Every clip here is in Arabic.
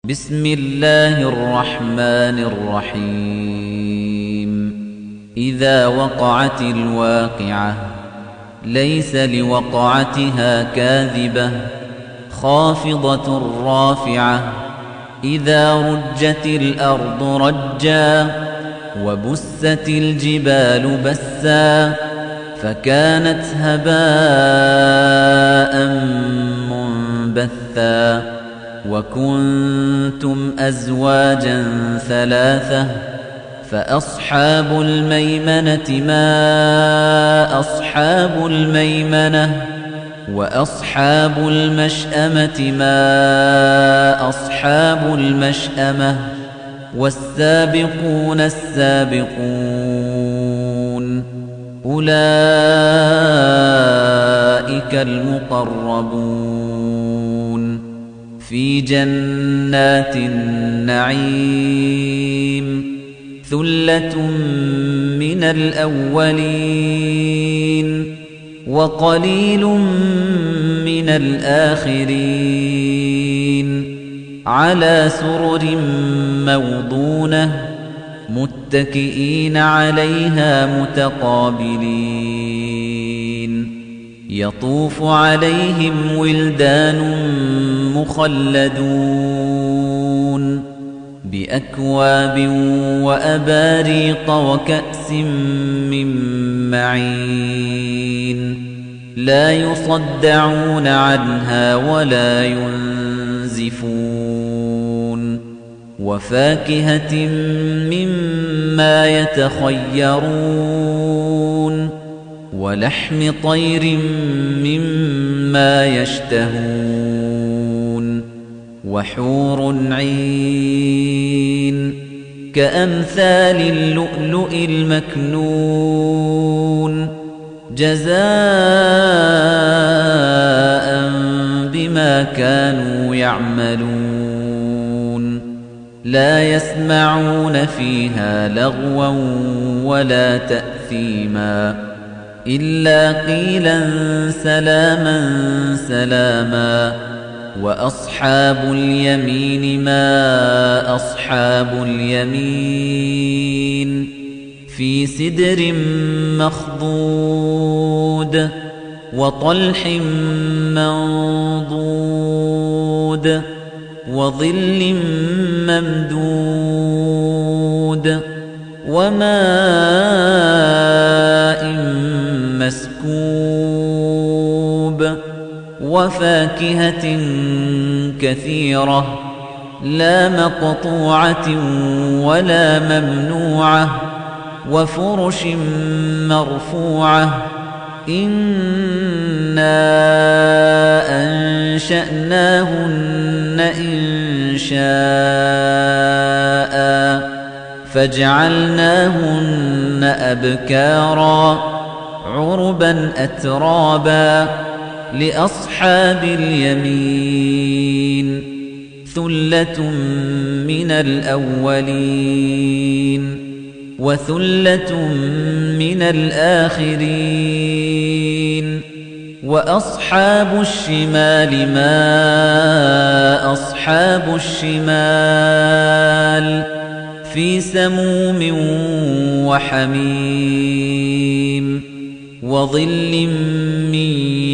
بسم الله الرحمن الرحيم إذا وقعت الواقعة ليس لوقعتها كاذبة خافضة رافعة إذا رجت الأرض رجا وبست الجبال بسا فكانت هباء منبثا وكنتم أزواجا ثلاثة فأصحاب الميمنة ما أصحاب الميمنة وأصحاب المشأمة ما أصحاب المشأمة والسابقون السابقون أولئك المقربون في جنات النعيم ثلة من الأولين وقليل من الآخرين على سرر موضونة متكئين عليها متقابلين يطوف عليهم ولدان مخلدون بأكواب وأباريق وكأس من معين لا يصدعون عنها ولا ينزفون وفاكهة مما يتخيرون ولحم طير مما يشتهون وحور عين كأمثال اللؤلؤ المكنون جزاء بما كانوا يعملون لا يسمعون فيها لغوا ولا تأثيما إلا قيلا سلاما سلاما وأصحاب اليمين ما أصحاب اليمين في سدر مخضود وطلح منضود وظل ممدود وماء مسكوب وفاكهة كثيرة لا مقطوعة ولا ممنوعة وفرش مرفوعة إنا أنشأناهن إنشاء فجعلناهن أبكارا عربا أترابا لأصحاب اليمين ثلة من الأولين وثلة من الآخرين وأصحاب الشمال ما أصحاب الشمال في سموم وحميم وظل من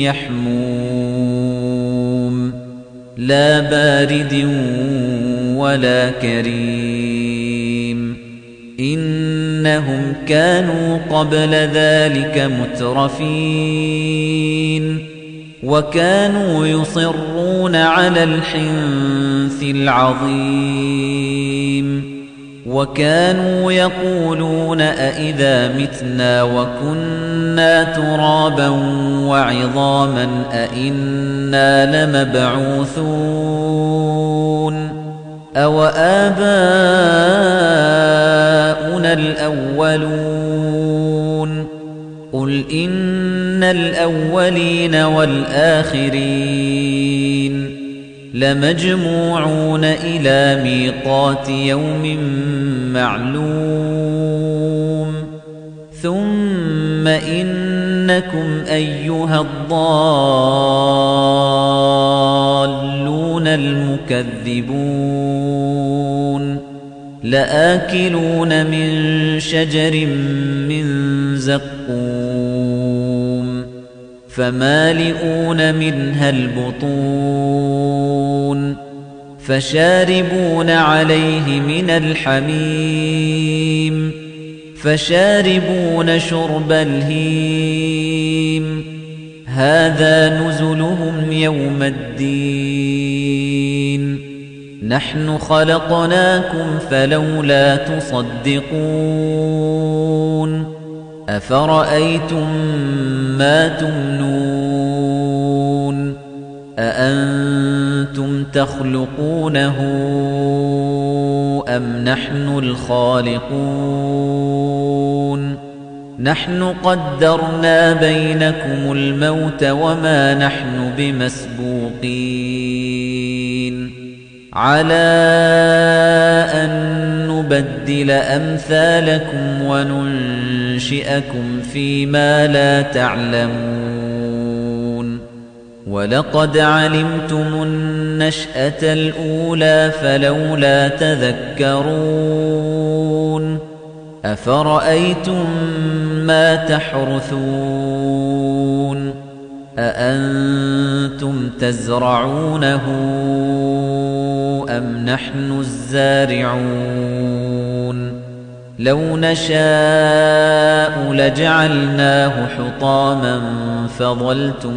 يحموم لا بارد ولا كريم إنهم كانوا قبل ذلك مترفين وكانوا يصرون على الحنث العظيم وكانوا يقولون أئذا متنا وكنا ترابا وعظاما أئنا لمبعوثون أو آباؤنا الأولون قل إن الأولين والآخرين لمجموعون إلى ميقات يوم معلوم ثم إن أيها الضالون المكذبون لآكلون من شجر من زقوم فمالئون منها البطون فشاربون عليه من الحميم فشاربون شرب الهيم هذا نزلهم يوم الدين نحن خلقناكم فلولا تصدقون أفرأيتم ما تمنون أأنتم تخلقونه أم نحن الخالقون نحن قدرنا بينكم الموت وما نحن بمسبوقين على أن نبدل أمثالكم وننشئكم فيما لا تعلمون ولقد علمتم النشأة الأولى فلولا تذكرون أفرأيتم ما تحرثون أأنتم تزرعونه أم نحن الزارعون لو نشاء لجعلناه حطاما فظلتم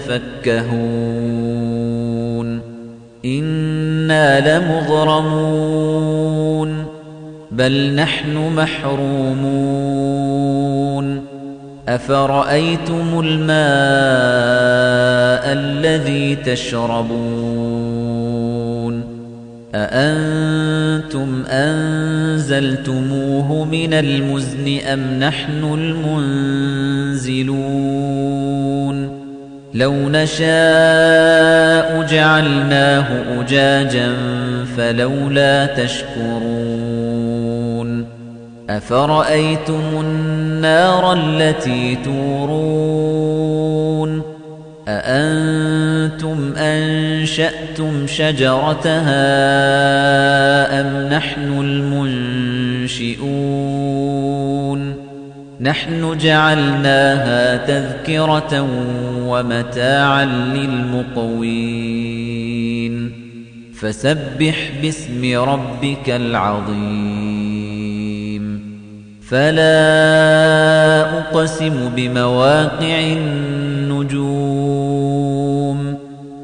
تفكهون إنا لمغرمون بل نحن محرومون أفرأيتم الماء الذي تشربون أأنتم أنزلتموه من المزن أم نحن المنزلون لو نشاء جعلناه أجاجا فلولا تشكرون أفرأيتم النار التي تورون أأنتم أنشأتم شجرتها أم نحن المنشئون نحن جعلناها تذكرة ومتاعا للمقوين فسبح باسم ربك العظيم فلا أقسم بمواقع النجوم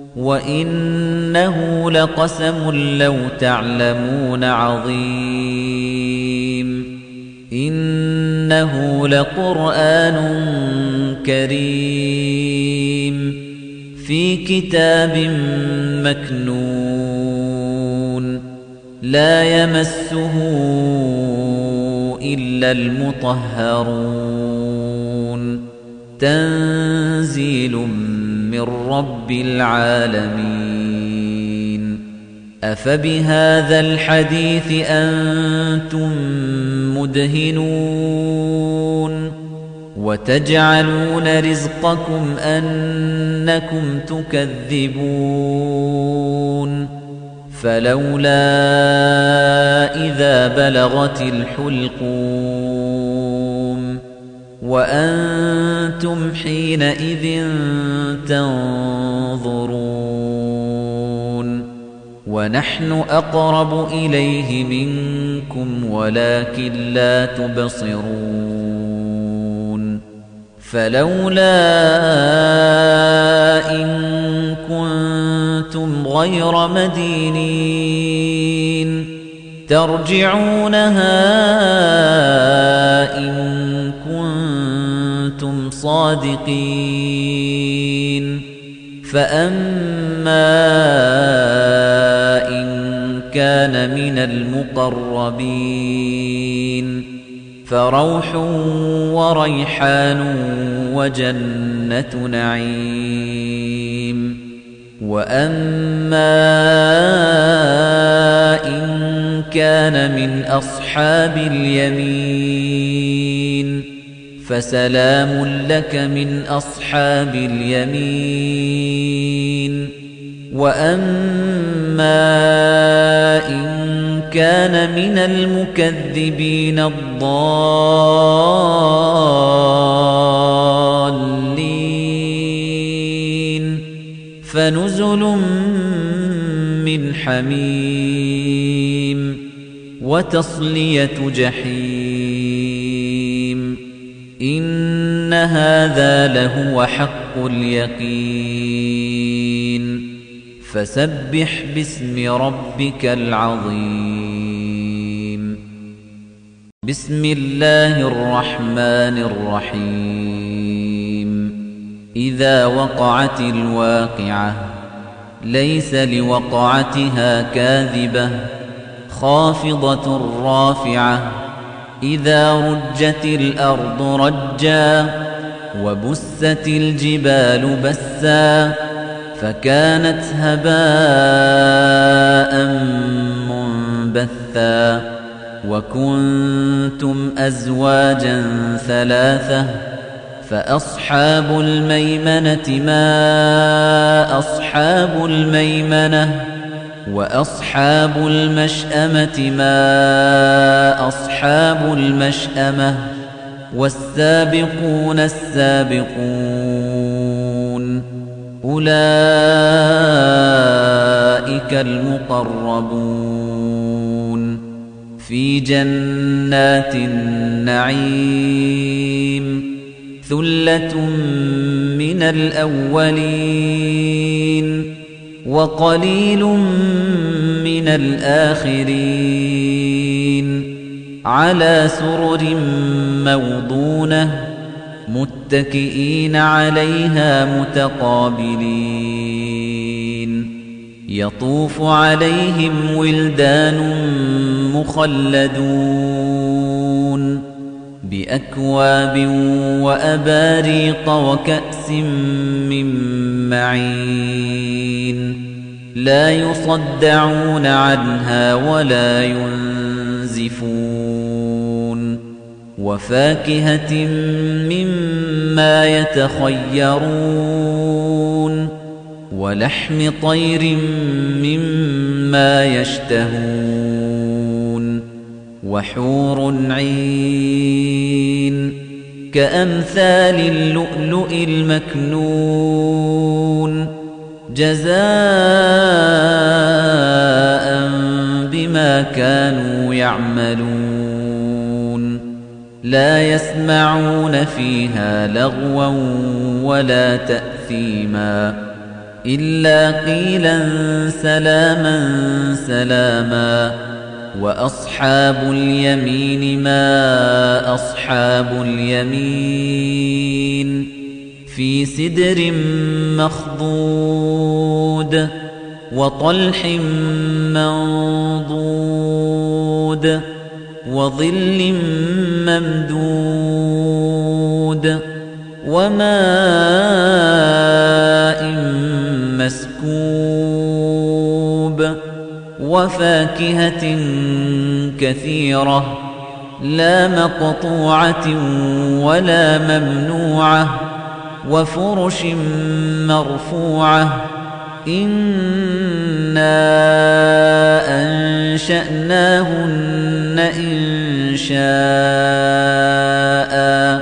وإنه لقسم لو تعلمون عظيم إنه لقرآن كريم في كتاب مكنون لا يمسه إلا المطهرون تنزيل من رب العالمين أفبهذا الحديث أنتم مدهنون وتجعلون رزقكم أنكم تكذبون فلولا إذا بلغت الحلقوم وأنتم حينئذ تنظرون ونحن أقرب إليه منكم ولكن لا تبصرون فلولا إن كنتم غير مدينين ترجعونها إن كنتم صادقين فأما إن كان من المقربين فروح وريحان وجنة نعيم وأما إن كان من أصحاب اليمين فسلام لك من أصحاب اليمين وأما إن كان من المكذبين الضالين فنزل من حميم وتصلية جحيم إن هذا لهو حق اليقين فسبح باسم ربك العظيم بسم الله الرحمن الرحيم إذا وقعت الواقعة ليس لوقعتها كاذبة خافضة رافعة إذا رجت الأرض رجا وبست الجبال بسا فكانت هباء منبثا وكنتم أزواجا ثلاثة فأصحاب الميمنة ما أصحاب الميمنة وأصحاب المشأمة ما أصحاب المشأمة والسابقون السابقون أولئك المقربون في جنات النعيم ثلة من الأولين وقليل من الآخرين على سرر موضونة متكئين عليها متقابلين يطوف عليهم ولدان مخلدون بأكواب وأباريق وكأس من معين لا يصدعون عنها ولا ينزفون وفاكهة مما يتخيرون ولحم طير مما يشتهون وحور عين كأمثال اللؤلؤ المكنون جزاء بما كانوا يعملون لا يسمعون فيها لغوا ولا تأثيما إلا قيلا سلاما سلاما وأصحاب اليمين ما أصحاب اليمين في سدر مخضود وطلح منضود وظل ممدود وماء مسكوب وفاكهة كثيرة لا مقطوعة ولا ممنوعة وفرش مرفوعة إنا أنشأناهن إنشاء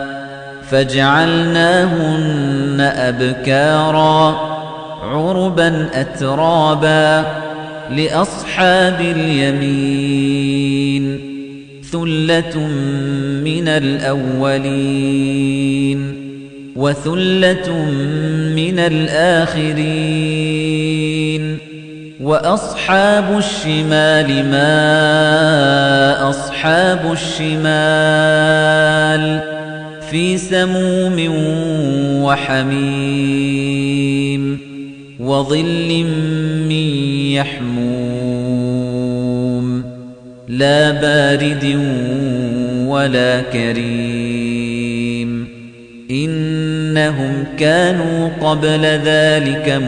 فجعلناهن أبكارا عربا أترابا لأصحاب اليمين ثلة من الأولين وثلة من الآخرين وأصحاب الشمال ما أصحاب الشمال في سموم وحميم وظل من يحموم لا بارد ولا كريم إنهم كانوا قبل ذلك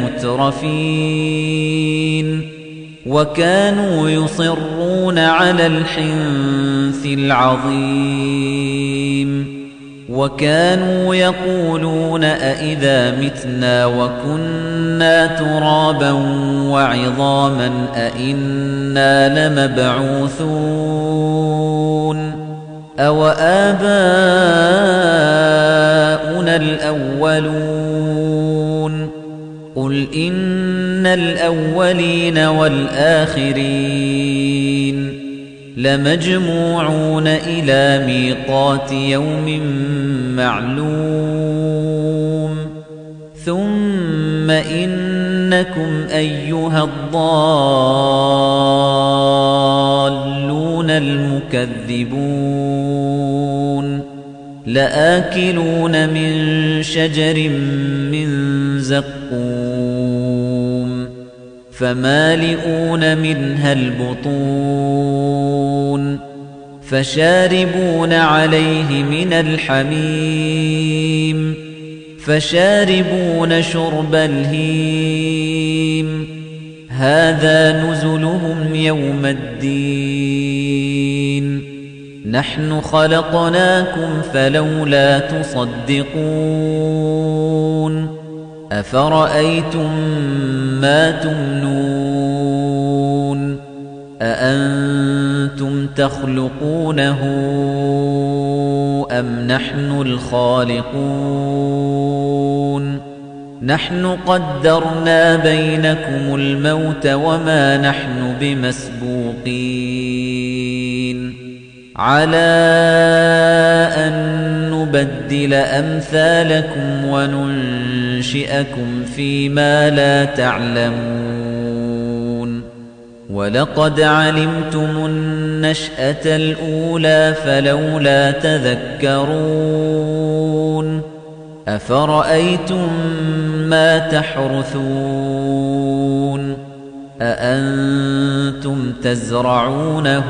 مترفين وكانوا يصرون على الحنث العظيم وكانوا يقولون أئذا متنا وكنا ترابا وعظاما أئنا لمبعوثون أو آباؤنا الأولون قل إن الأولين والآخرين لمجموعون إلى ميقات يوم معلوم ثم إنكم أيها الضالون المكذبون لآكلون من شجر من زقوم فمالئون منها البطون فشاربون عليه من الحميم فشاربون شرب الهيم هذا نزلهم يوم الدين نحن خلقناكم فلولا تصدقون أفرأيتم ما تمنون أأنتم تخلقونه أم نحن الخالقون نحن قدرنا بينكم الموت وما نحن بمسبوقين على أن نبدل أمثالكم وننشئكم فيما لا تعلمون ولقد علمتم النشأة الأولى فلولا تذكرون أفرأيتم ما تحرثون أأنتم تزرعونه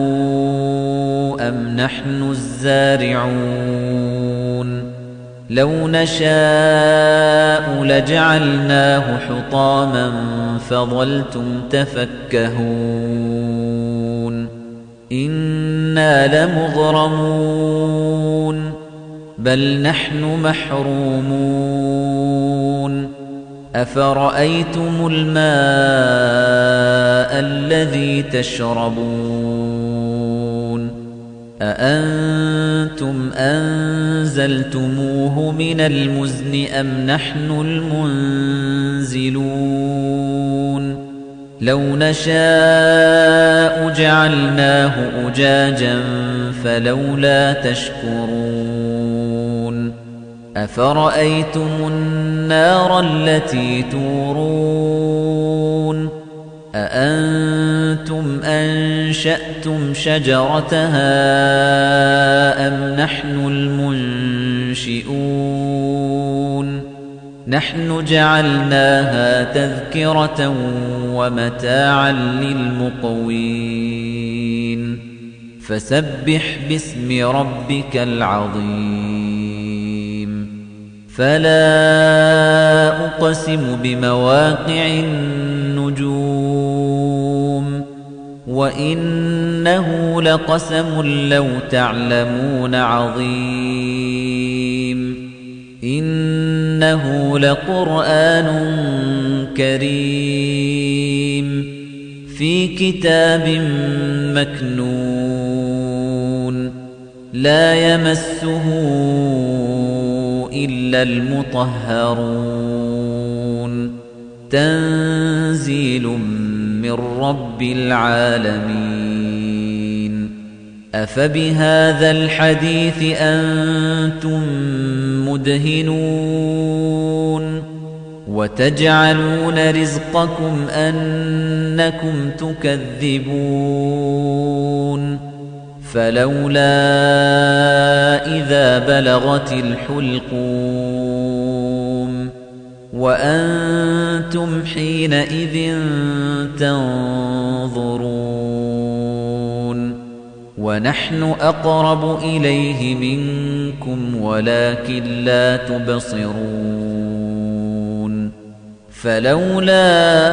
أم نحن الزارعون لو نشاء لجعلناه حطاما فظلتم تفكهون إنا لمغرمون بل نحن محرومون أفرأيتم الماء الذي تشربون أأنتم أنزلتموه من المزن أم نحن المنزلون لو نشاء جعلناه أجاجا فلولا تشكرون أفرأيتم النار التي تورون أأنتم أنشأتم شجرتها أم نحن المنشئون نحن جعلناها تذكرة ومتاعا للمقوين فسبح باسم ربك العظيم فلا أقسم بمواقع النجوم وإنه لقسم لو تعلمون عظيم إنه لقرآن كريم في كتاب مكنون لا يمسه إلا المطهرون تنزيل من رب العالمين أفبهذا الحديث أنتم مدهنون وتجعلون رزقكم أنكم تكذبون فلولا إذا بلغت الحلقوم وأنتم حينئذ تنظرون ونحن أقرب إليه منكم ولكن لا تبصرون فلولا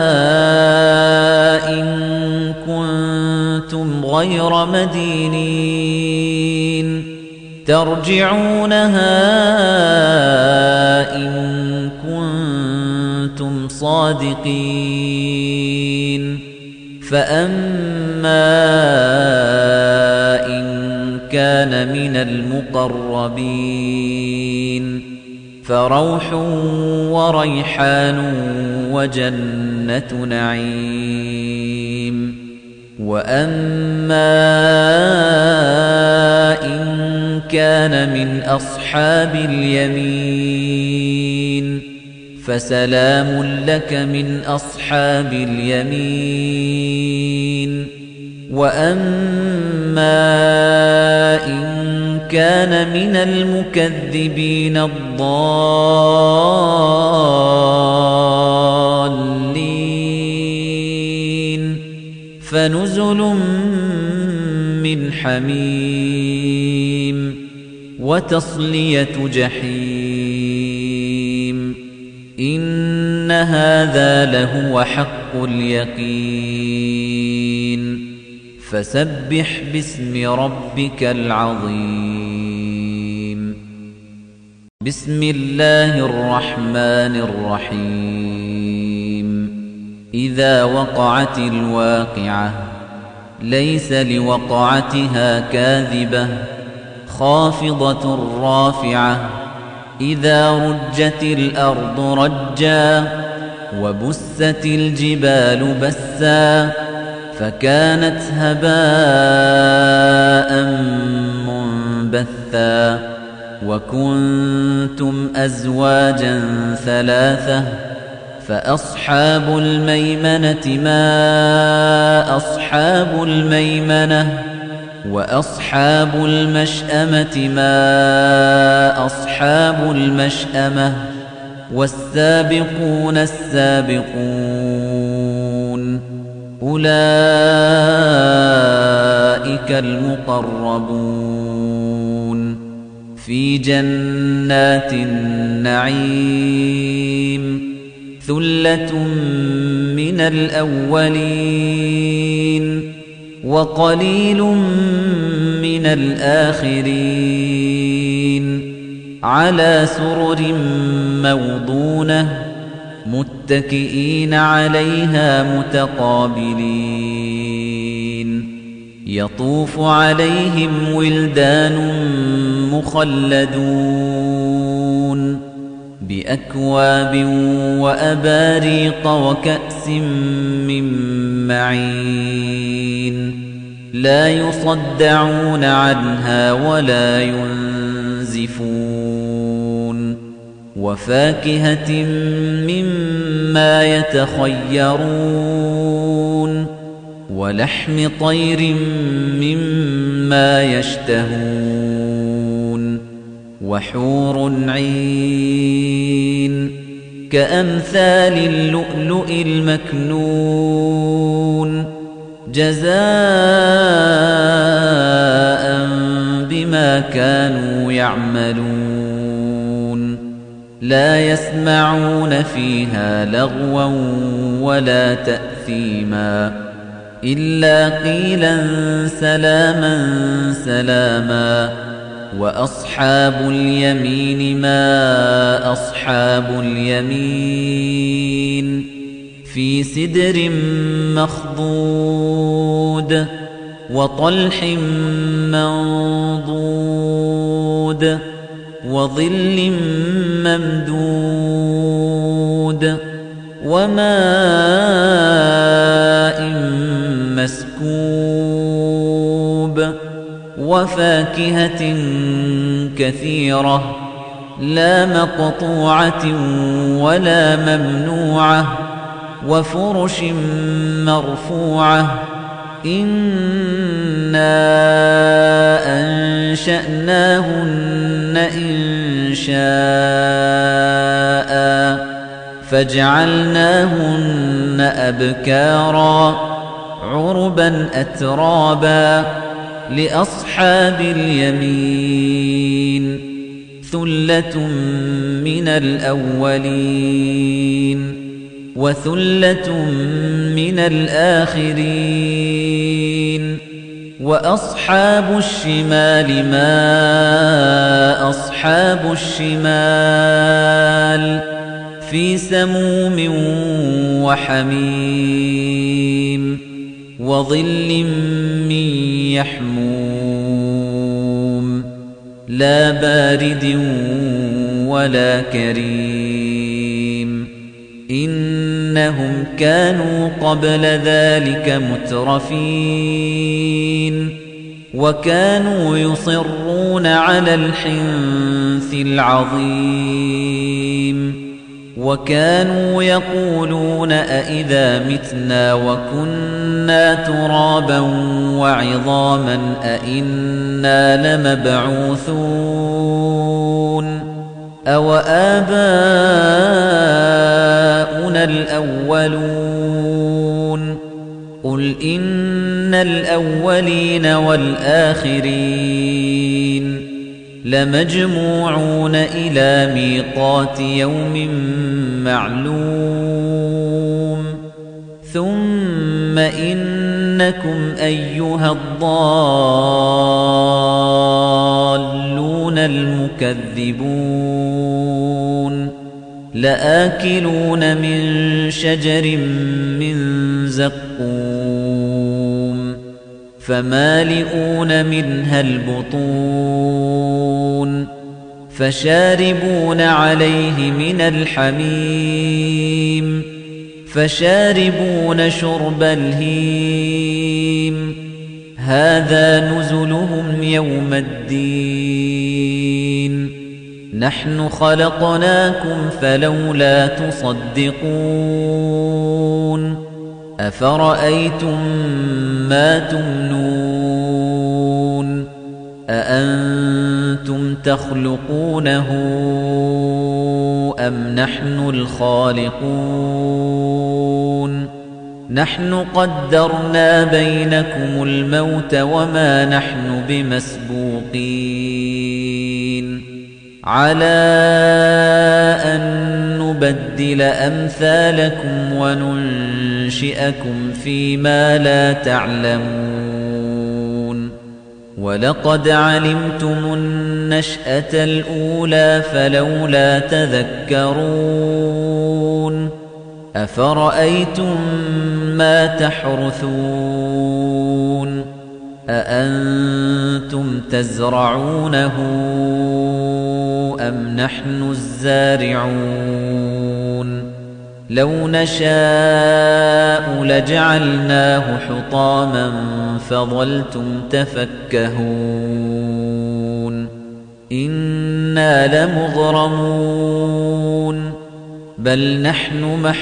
إن كنتم غير مدينين ترجعونها إن كنتم صادقين فأما إن كان من المقربين فروح وريحان وجنة نعيم وأما إن كان من أصحاب اليمين فسلام لك من أصحاب اليمين وأما إن كان من المكذبين الضالين فنزل من حميم وتصلية جحيم إن هذا لهو حق اليقين فسبح باسم ربك العظيم بسم الله الرحمن الرحيم إذا وقعت الواقعة ليس لوقعتها كاذبة خافضة رافعة إذا رجت الأرض رجا وبست الجبال بسا فكانت هباء منبثا وكنتم أزواجا ثلاثة فأصحاب الميمنة ما أصحاب الميمنة وأصحاب المشأمة ما أصحاب المشأمة والسابقون السابقون أولئك المقربون في جنات النعيم ثلة من الأولين وقليل من الآخرين على سرر موضونة متكئين عليها متقابلين يطوف عليهم ولدان مخلدون بأكواب وأباريق وكأس من معين لا يصدعون عنها ولا ينزفون وفاكهة مما يتخيرون ولحم طير مما يشتهون وحور عين كأمثال اللؤلؤ المكنون جزاء بما كانوا يعملون لا يسمعون فيها لغوا ولا تأثيما إلا قيلا سلاما سلاما وأصحاب اليمين ما أصحاب اليمين في سدر مخضود وطلح منضود وظل ممدود وماء مسكوب وفاكهة كثيرة لا مقطوعة ولا ممنوعة وفرش مرفوعة إنا أنشأناهن إنشاء فجعلناهن أبكارا عربا أترابا لأصحاب اليمين ثلة من الأولين وثلة من الآخرين وأصحاب الشمال ما أصحاب الشمال في سموم وحميم وظل من يحموم لا بارد ولا كريم إنهم كانوا قبل ذلك مترفين وكانوا يصرون على الحنث العظيم وكانوا يقولون أئذا متنا وكنا ترابا وعظاما أئنا لمبعوثون أو آباؤنا الأولون قل إن الأولين والآخرين لمجموعون إلى ميقات يوم معلوم ثم إنكم أيها الضالون المكذبون لآكلون من شجر من زقوم فمالئون منها البطون فشاربون عليه من الحميم فشاربون شرب الهيم هذا نزلهم يوم الدين نحن خلقناكم فلولا تصدقون أفرأيتم ما تمنون أأنتم تخلقونه أم نحن الخالقون نحن قدرنا بينكم الموت وما نحن بمسبوقين على أن نبدل أمثالكم وننشئكم فيما لا تعلمون ولقد علمتم النشأة الأولى فلولا تذكرون أفرأيتم ما تحرثون أأنتم تزرعونه أم نحن الزارعون لو نشاء لجعلناه حطاما فظلتم تفكهون إنا لمغرمون بل نحن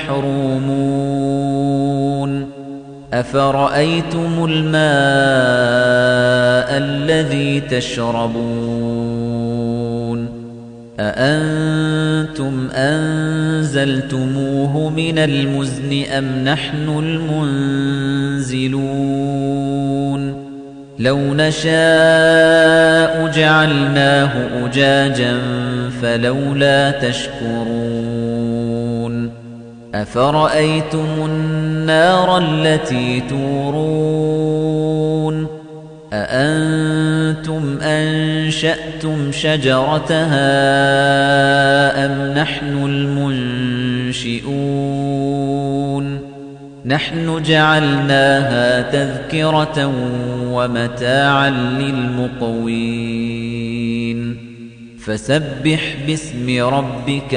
محرومون أفرأيتم الماء الذي تشربون أأنتم أنزلتموه من المزن أم نحن المنزلون لو نشاء جعلناه أجاجا فلولا تشكرون أفرأيتم النار التي تورون أأنتم أنشأتم شجرتها أم نحن المنشئون نحن جعلناها تذكرة ومتاعا للمقوين فسبح باسم ربك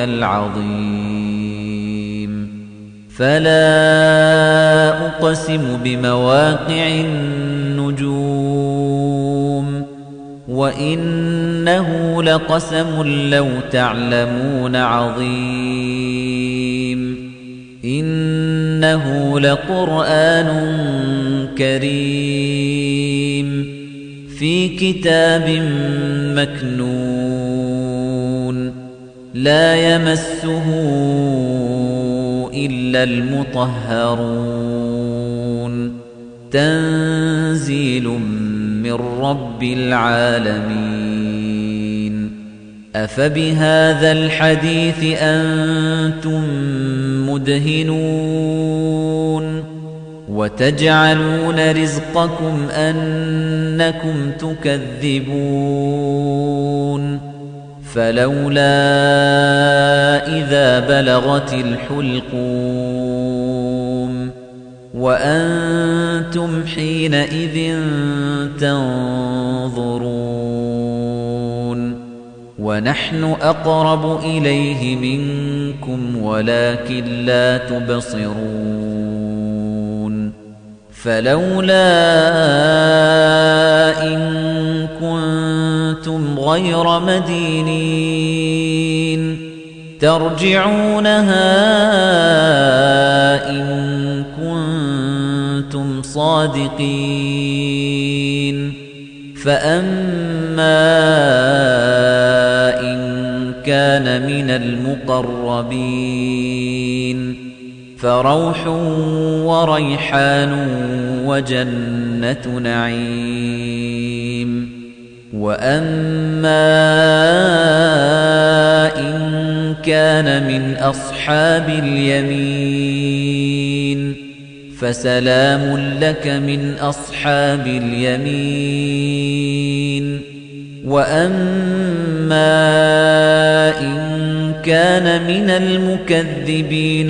العظيم فلا أقسم بمواقع النجوم وإنه لقسم لو تعلمون عظيم إنه لقرآن كريم في كتاب مكنون لا يمسه إلا المطهرون تنزيل من رب العالمين أفبهذا الحديث أنتم مدهنون وتجعلون رزقكم أنكم تكذبون فلولا إذا بلغت الحلقوم وأنتم حينئذ تنظرون ونحن أقرب إليه منكم ولكن لا تبصرون فلولا إن كنتم غير مدينين ترجعونها إن كنتم صادقين فأما إن كان من المقربين فروح وريحان وجنة نعيم وأما إن كان من أصحاب اليمين فسلام لك من أصحاب اليمين وأما إن كان من المكذبين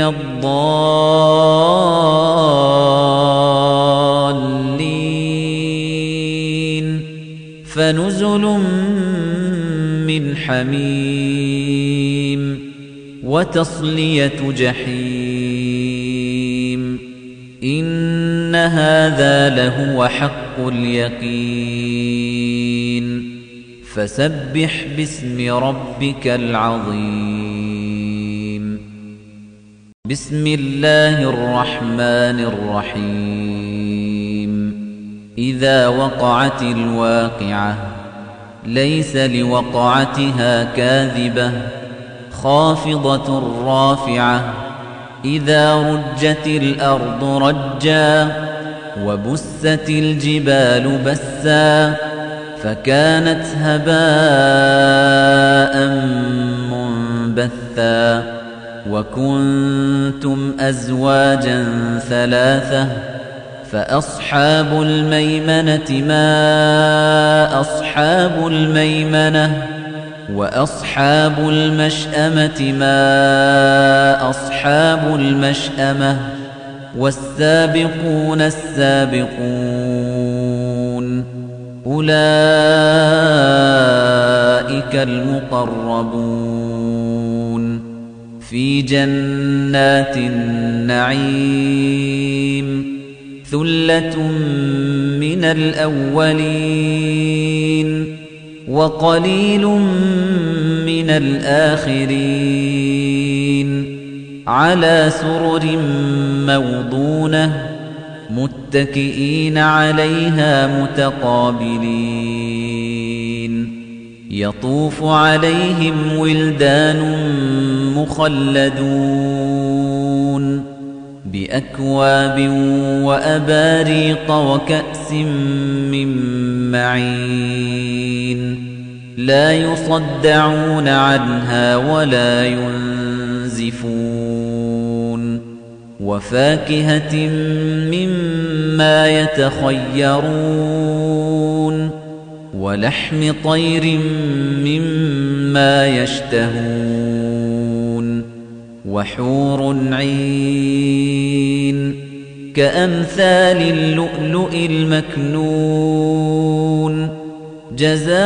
الضالين فنزل من حميم وتصلية جحيم إن هذا لهو حق اليقين فسبح باسم ربك العظيم بسم الله الرحمن الرحيم إذا وقعت الواقعة ليس لوقعتها كاذبة خافضة رافعة إذا رجت الأرض رجا وبست الجبال بسا فكانت هباء منبثا وكنتم أزواجا ثلاثة فأصحاب الميمنة ما أصحاب الميمنة وأصحاب المشأمة ما أصحاب المشأمة والسابقون السابقون أولئك المقربون في جنات النعيم ثلة من الأولين وقليل من الآخرين على سرر موضونة متكئين عليها متقابلين يطوف عليهم ولدان مخلدون بأكواب وأباريق وكأس من معين لا يصدعون عنها ولا ينزفون وفاكهة مما يتخيرون ولحم طير مما يشتهون وحور عين كأمثال اللؤلؤ المكنون جزاء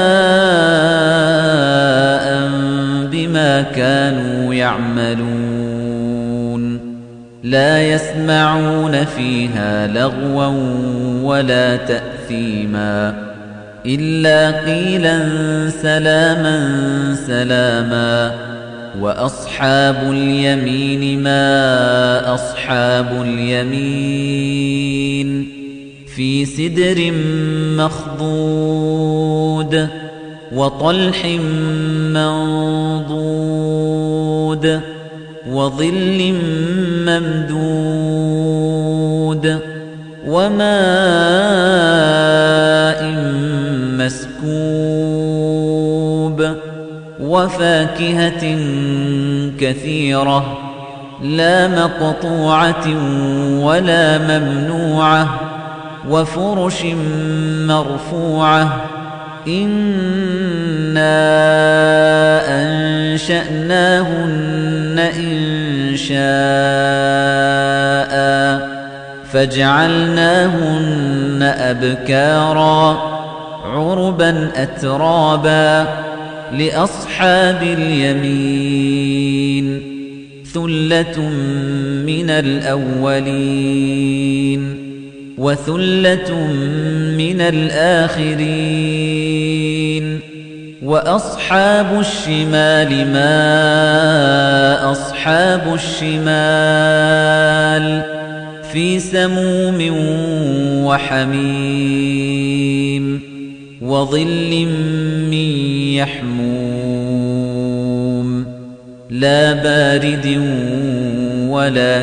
بما كانوا يعملون لا يسمعون فيها لغوا ولا تأثيما إلا قيلا سلاما سلاما وأصحاب اليمين ما أصحاب اليمين في سدر مخضود وطلح منضود وظل ممدود وماء مسكوب وفاكهة كثيرة لا مقطوعة ولا ممنوعة وفرش مرفوعة إنا أنشأناهن إنشاء فجعلناهن أبكارا عربا أترابا لأصحاب اليمين ثلة من الأولين وثلة من الآخرين وأصحاب الشمال ما أصحاب الشمال في سموم وحميم وظل من يحموم لا بارد ولا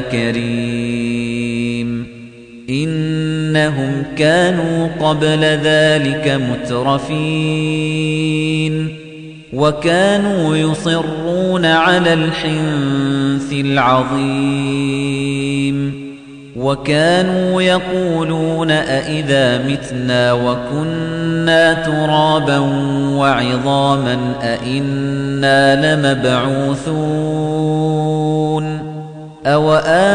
كريم إنهم كانوا قبل ذلك مترفين وكانوا يصرون على الحنث العظيم وكانوا يقولون أئذا متنا وكنا ترابا وعظاما أئنا لمبعوثون أو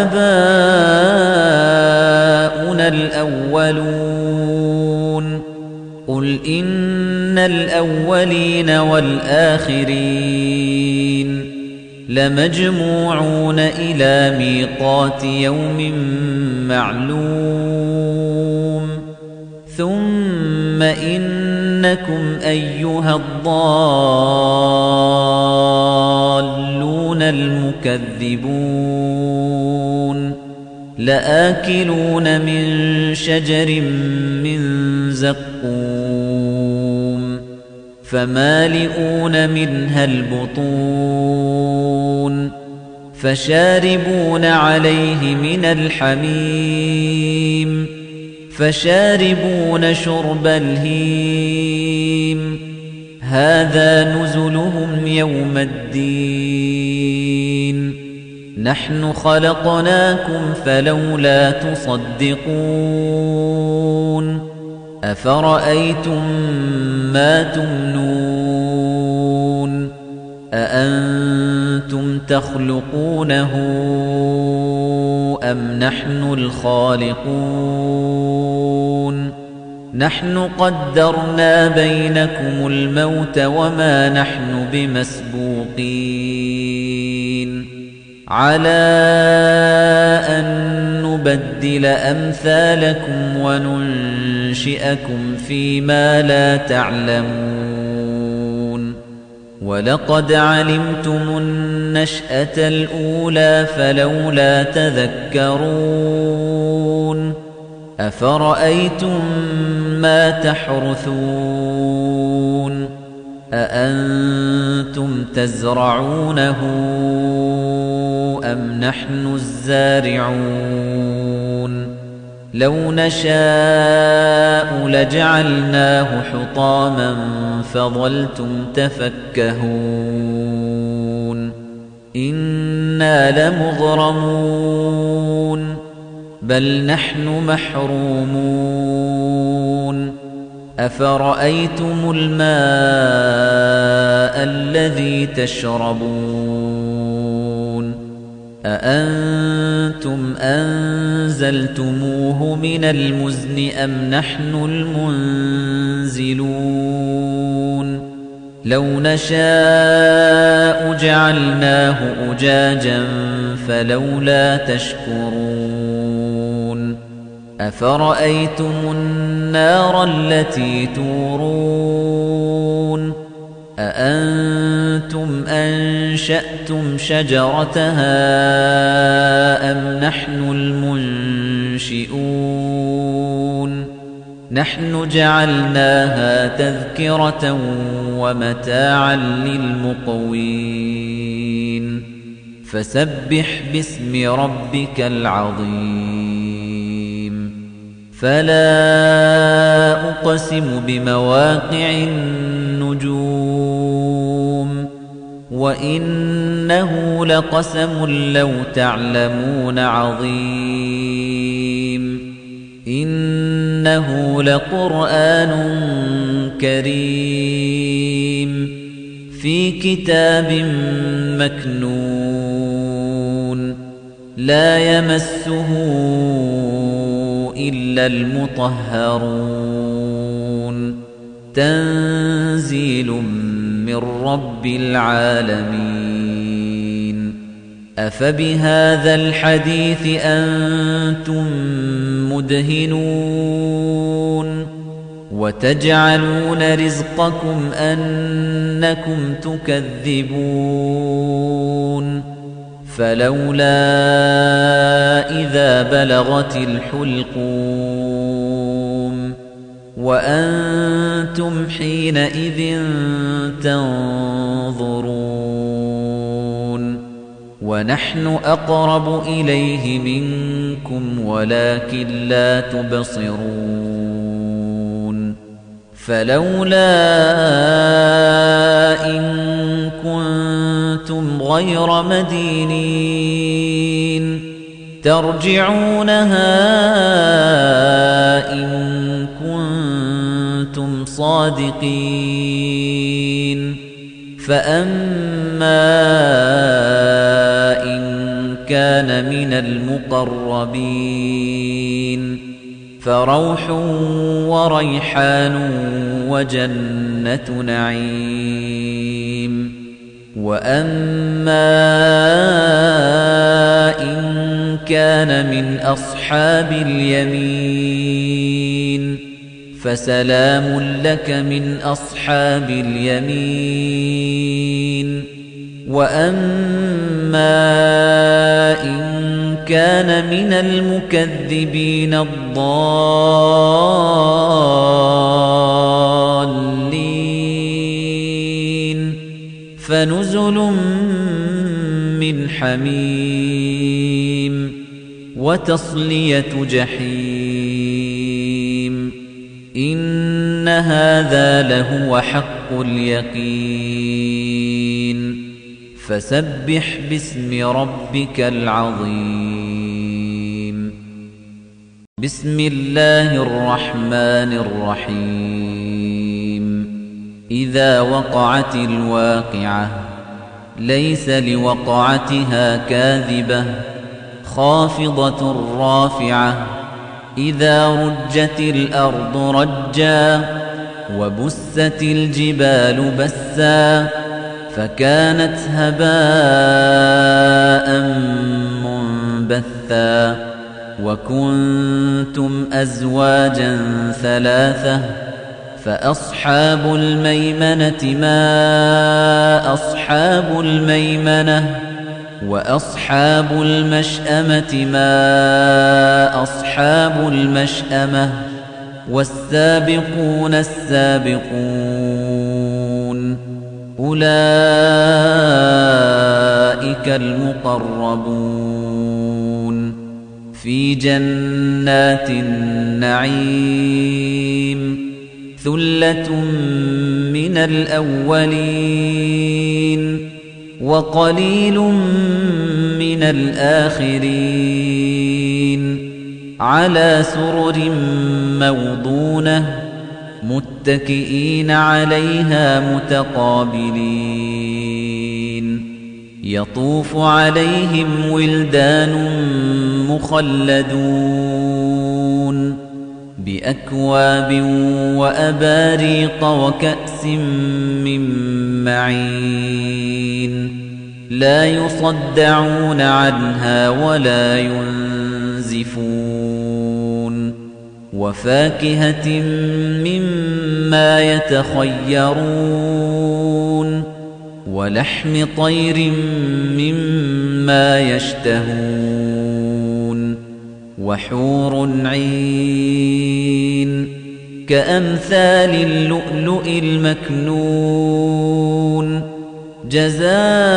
آباؤنا الأولون قل إن الأولين والآخرين لمجموعون إلى ميقات يوم معلوم ثم إنكم أيها الضالون المكذبون لآكلون من شجر من زقوم فمالئون منها البطون فشاربون عليه من الحميم فشاربون شرب الهيم هذا نزلهم يوم الدين نحن خلقناكم فلولا تصدقون أفرأيتم ما تمنون أأنتم تخلقونه أم نحن الخالقون نحن قدرنا بينكم الموت وما نحن بمسبوقين على أن نبدل أمثالكم وننشئكم فيما لا تعلمون ولقد علمتم النشأة الأولى فلولا تذكرون أفرأيتم ما تحرثون أأنتم تزرعونه أم نحن الزارعون لو نشاء لجعلناه حطاما فظلتم تفكهون إنا لمغرمون بل نحن محرومون أفرأيتم الماء الذي تشربون أأنتم أنزلتموه من المزن أم نحن المنزلون لو نشاء جعلناه أجاجا فلولا تشكرون أفرأيتم النار التي تورون أأنتم أنشأتم شجرتها أم نحن المنشئون نحن جعلناها تذكرة ومتاعا للمقوين فسبح باسم ربك العظيم فلا أقسم بمواقع النجوم وَإِنَّهُ لَقَسَمٌ لَّوْ تَعْلَمُونَ عَظِيمٌ إِنَّهُ لَقُرْآنٌ كَرِيمٌ في كتاب مكنون لا يمسه إلا المطهرون تنزيل من رب العالمين أفبهذا الحديث أنتم مدهنون وتجعلون رزقكم أنكم تكذبون فلولا إذا بلغت الحلقوم وأنتم حينئذ تنظرون ونحن أقرب إليه منكم ولكن لا تبصرون فلولا إن كنتم غير مدينين ترجعونها إن كنتم صادقين فأما إن كان من المقربين فروح وريحان وجنة نعيم وأما إن كان من أصحاب اليمين فسلام لك من أصحاب اليمين وأما إن كان من المكذبين الضالين فنزل من حميم وتصلية جحيم إن هذا لهو حق اليقين فسبح باسم ربك العظيم بسم الله الرحمن الرحيم إذا وقعت الواقعة ليس لوقعتها كاذبة خافضة رافعة إذا رجت الأرض رجا وبست الجبال بسا فكانت هباء منبثا وكنتم أزواجا ثلاثة فأصحاب الميمنة ما أصحاب الميمنة وأصحاب المشأمة ما أصحاب المشأمة والسابقون السابقون أولئك المقربون في جنات النعيم ثلة من الأولين وقليل من الآخرين على سرر موضونة متكئين عليها متقابلين يطوف عليهم ولدان مخلدون بأكواب وأباريق وكأس من معين لا يصدعون عنها ولا ينزفون وفاكهة مما يتخيرون ولحم طير مما يشتهون وحور عين كأمثال اللؤلؤ المكنون جزاء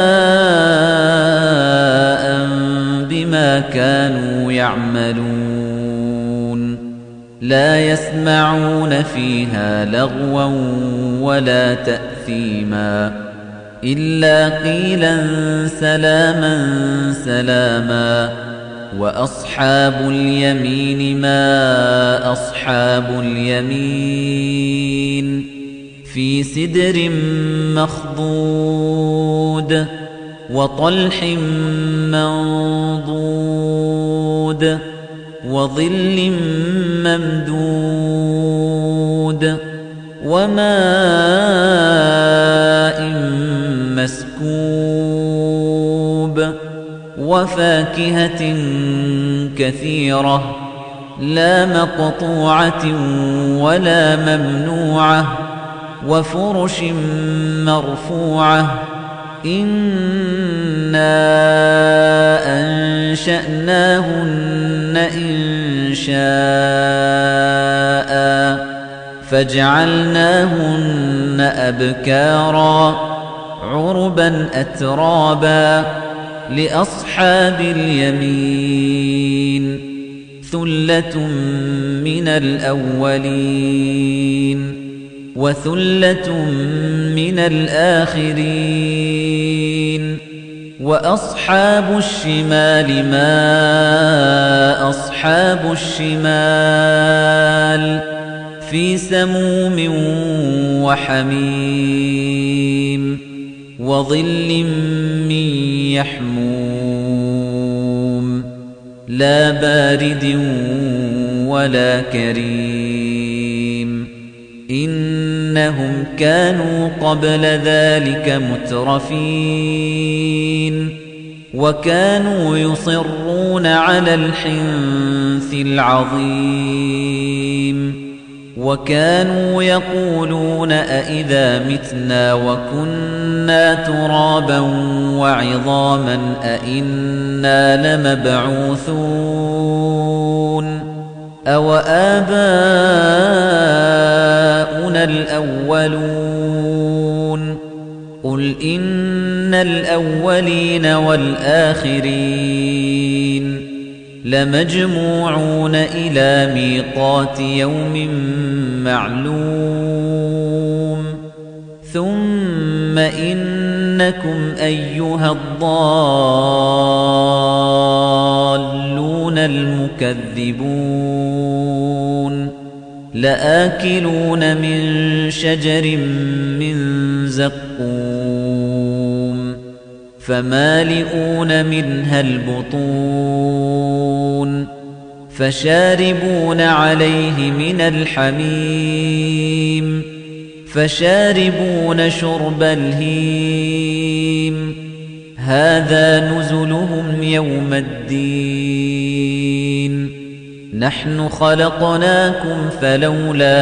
بما كانوا يعملون لا يسمعون فيها لغوا ولا تأثيما إلا قيلا سلاما سلاما وأصحاب اليمين ما أصحاب اليمين في سدر مخضود وطلح منضود وظل ممدود وماء مسكوب وفاكهة كثيرة لا مقطوعة ولا ممنوعة وفرش مرفوعة إنا أنشأناهن إنشاء فجعلناهن أبكارا عربا أترابا لأصحاب اليمين ثلة من الأولين وثلة من الآخرين وأصحاب الشمال ما أصحاب الشمال في سموم وحميم وظل من يحموم لا بارد ولا كريم إنهم كانوا قبل ذلك مترفين وكانوا يصرون على الحنث العظيم وكانوا يقولون أئذا متنا وكنا ترابا وعظاما أئنا لمبعوثون أو آباؤنا الأولون قل إن الأولين والآخرين لمجموعون إلى ميقات يوم معلوم ثم إنكم أيها الضالون المكذبون لآكلون من شجر من زقوم فمالئون منها البطون فشاربون عليه من الحميم فشاربون شرب الهيم هذا نزلهم يوم الدين نحن خلقناكم فلولا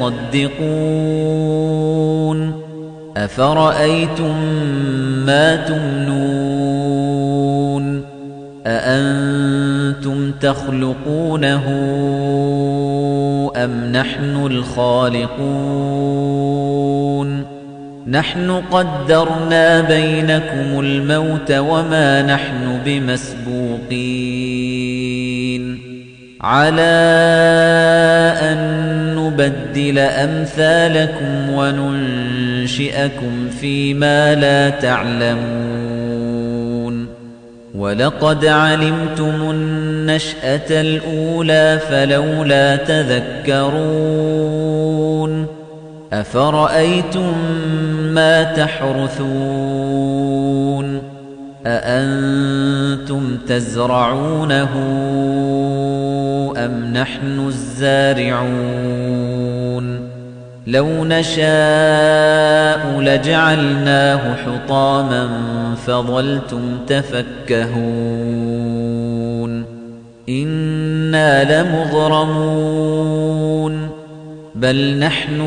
تصدقون أفرأيتم ما تمنون أأنتم تخلقونه أم نحن الخالقون نحن قدرنا بينكم الموت وما نحن بمسبوقين على أن نبدل أمثالكم وننشئكم فيما لا تعلمون ولقد علمتم النشأة الأولى فلولا تذكرون أفرأيتم ما تحرثون أأنتم تزرعونه أم نحن الزارعون لو نشاء لجعلناه حطاما فظلتم تفكهون إنا لمغرمون بل نحن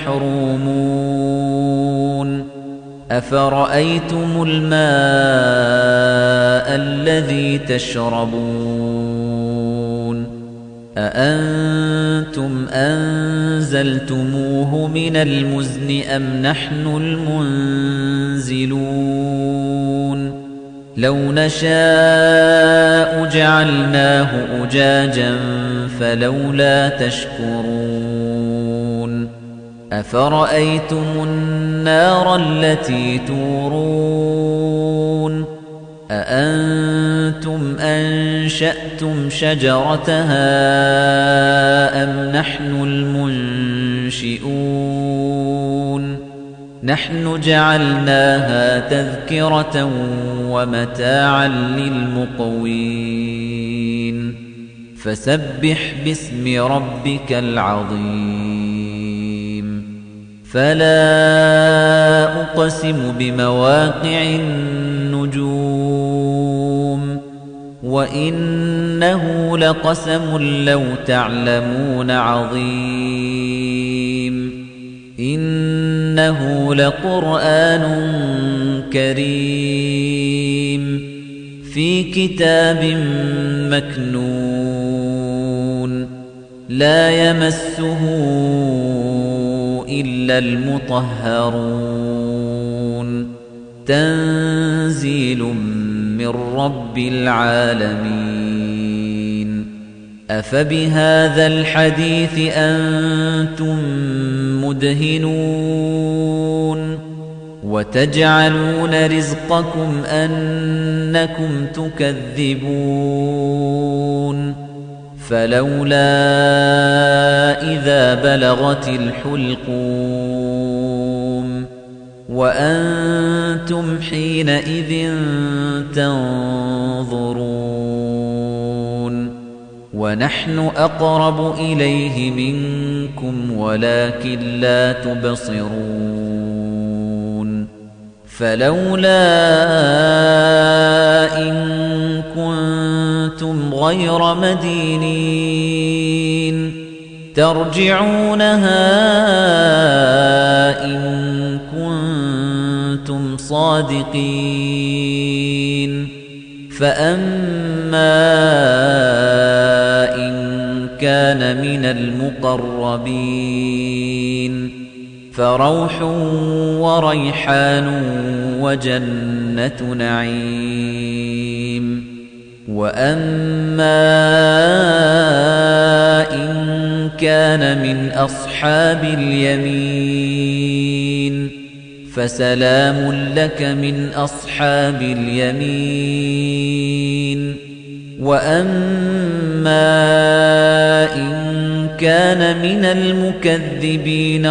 محرومون أفرأيتم الماء الذي تشربون أأنتم أنزلتموه من المزن أم نحن المنزلون لو نشاء جعلناه أجاجا فلولا تشكرون أفرأيتم النار التي تورون أأنتم أنشأتم شجرتها أم نحن المنشئون نحن جعلناها تذكرة ومتاعا للمقوين فسبح باسم ربك العظيم فلا أقسم بمواقع النجوم وإنه لقسم لو تعلمون عظيم إنه لقرآن كريم في كتاب مكنون لا يمسه إلا المطهرون تنزيل من رب العالمين أفبهذا الحديث أنتم مدهنون وتجعلون رزقكم أنكم تكذبون فلولا إذا بلغت الحلقوم وأنتم حينئذ تنظرون ونحن أقرب إليه منكم ولكن لا تبصرون فلولا إن كنتم غير مدينين ترجعونها إن كنتم صادقين فأما إن كان من المقربين فروح وريحان وجنة نعيم وأما إن كان من أصحاب اليمين فسلام لك من أصحاب اليمين وأما إن كان من المكذبين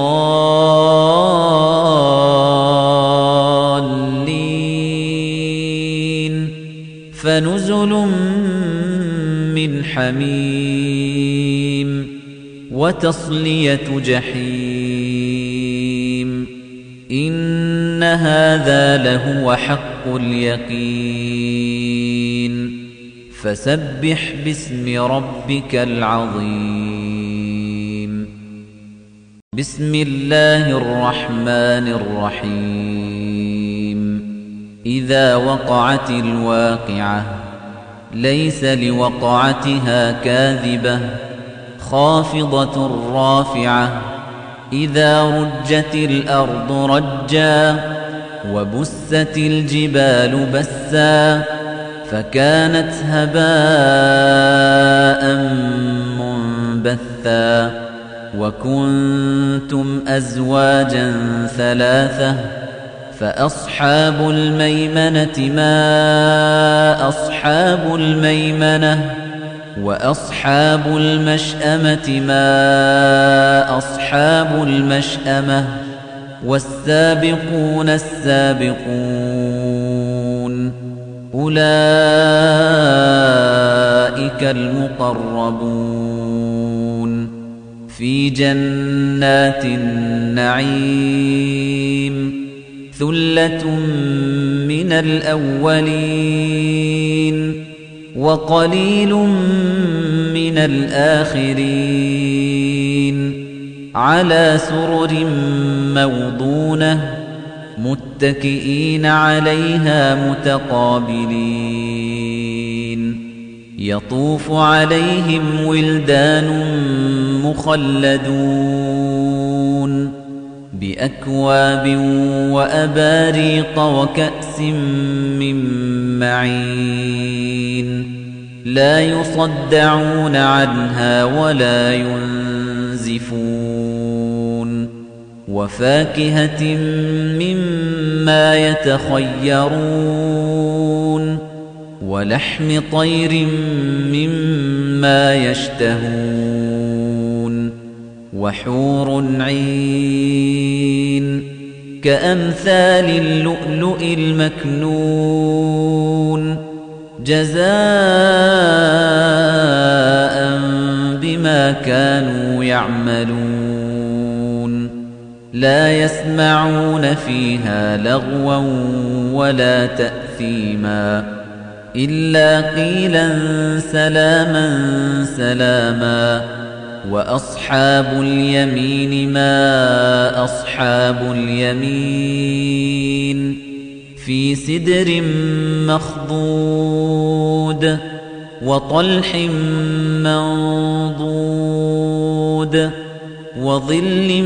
الضالين فنزل من حميم وتصلية جحيم إن هذا لهو حق اليقين فسبح باسم ربك العظيم بسم الله الرحمن الرحيم إذا وقعت الواقعة ليس لوقعتها كاذبة خافضة رافعة إذا رجت الأرض رجا وبست الجبال بسا فكانت هباء منبثا وكنتم أزواجا ثلاثة فأصحاب الميمنة ما أصحاب الميمنة وأصحاب المشأمة ما أصحاب المشأمة والسابقون السابقون أولئك المقربون في جنات النعيم ثلة من الأولين وقليل من الآخرين على سرر موضونة متكئين عليها متقابلين يطوف عليهم ولدان مخلدون بأكواب وأباريق وكأس من معين لا يصدعون عنها ولا ينزفون وفاكهة مما يتخيرون ولحم طير مما يشتهون وحور عين كأمثال اللؤلؤ المكنون جزاء بما كانوا يعملون لا يسمعون فيها لغوا ولا تأثيما إلا قيلا سلاما سلاما وأصحاب اليمين ما أصحاب اليمين في سدر مخضود وطلح منضود وظل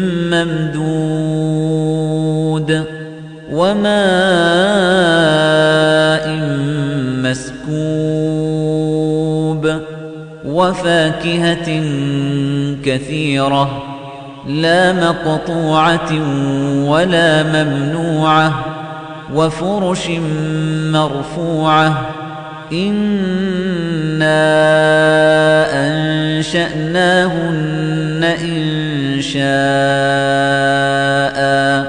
ممدود وماء مسكوب وفاكهة كثيرة لا مقطوعة ولا ممنوعة وفرش مرفوعة إنا أنشأناهن إنشاء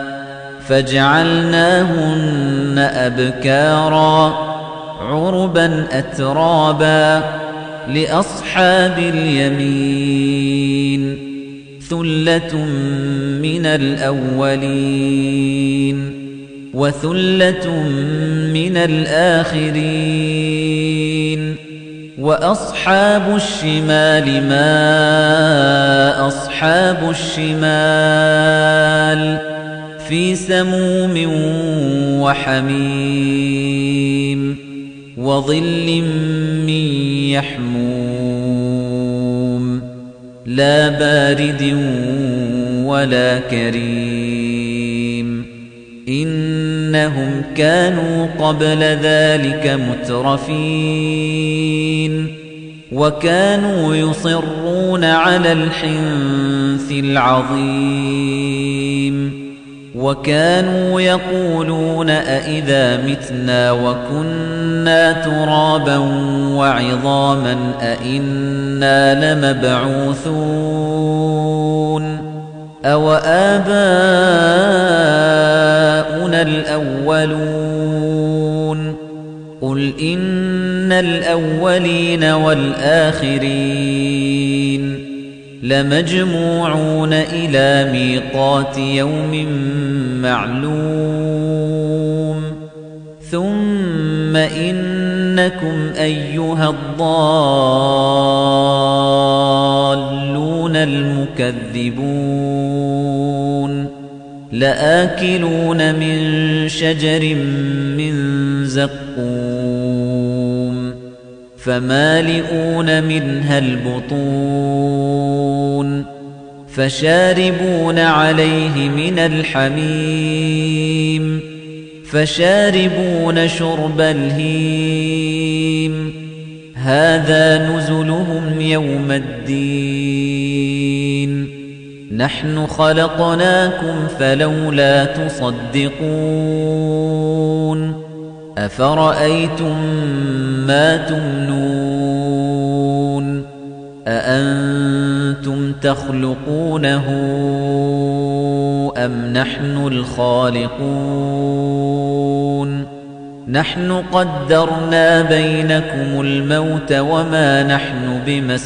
فجعلناهن أبكارا عربا أترابا لأصحاب اليمين ثلة من الأولين وثلة من الآخرين وأصحاب الشمال ما أصحاب الشمال في سموم وحميم وظل من يحموم لا بارد ولا كريم إنهم كانوا قبل ذلك مترفين وكانوا يصرون على الحنث العظيم وكانوا يقولون أئذا متنا وكنا ترابا وعظاما أئنا لمبعوثون أو آباؤنا الأولون قل إن الأولين والآخرين لمجموعون إلى ميقات يوم معلوم ثم إنكم أيها الضالون المكذبون لآكلون من شجر من زقوم فمالئون منها البطون فشاربون عليه من الحميم فشاربون شرب الهيم هذا نزلهم يوم الدين نحن خلقناكم فلولا تصدقون أفرأيتم ما تمنون أأنتم تخلقونه أم نحن الخالقون نحن قدرنا بينكم الموت وما نحن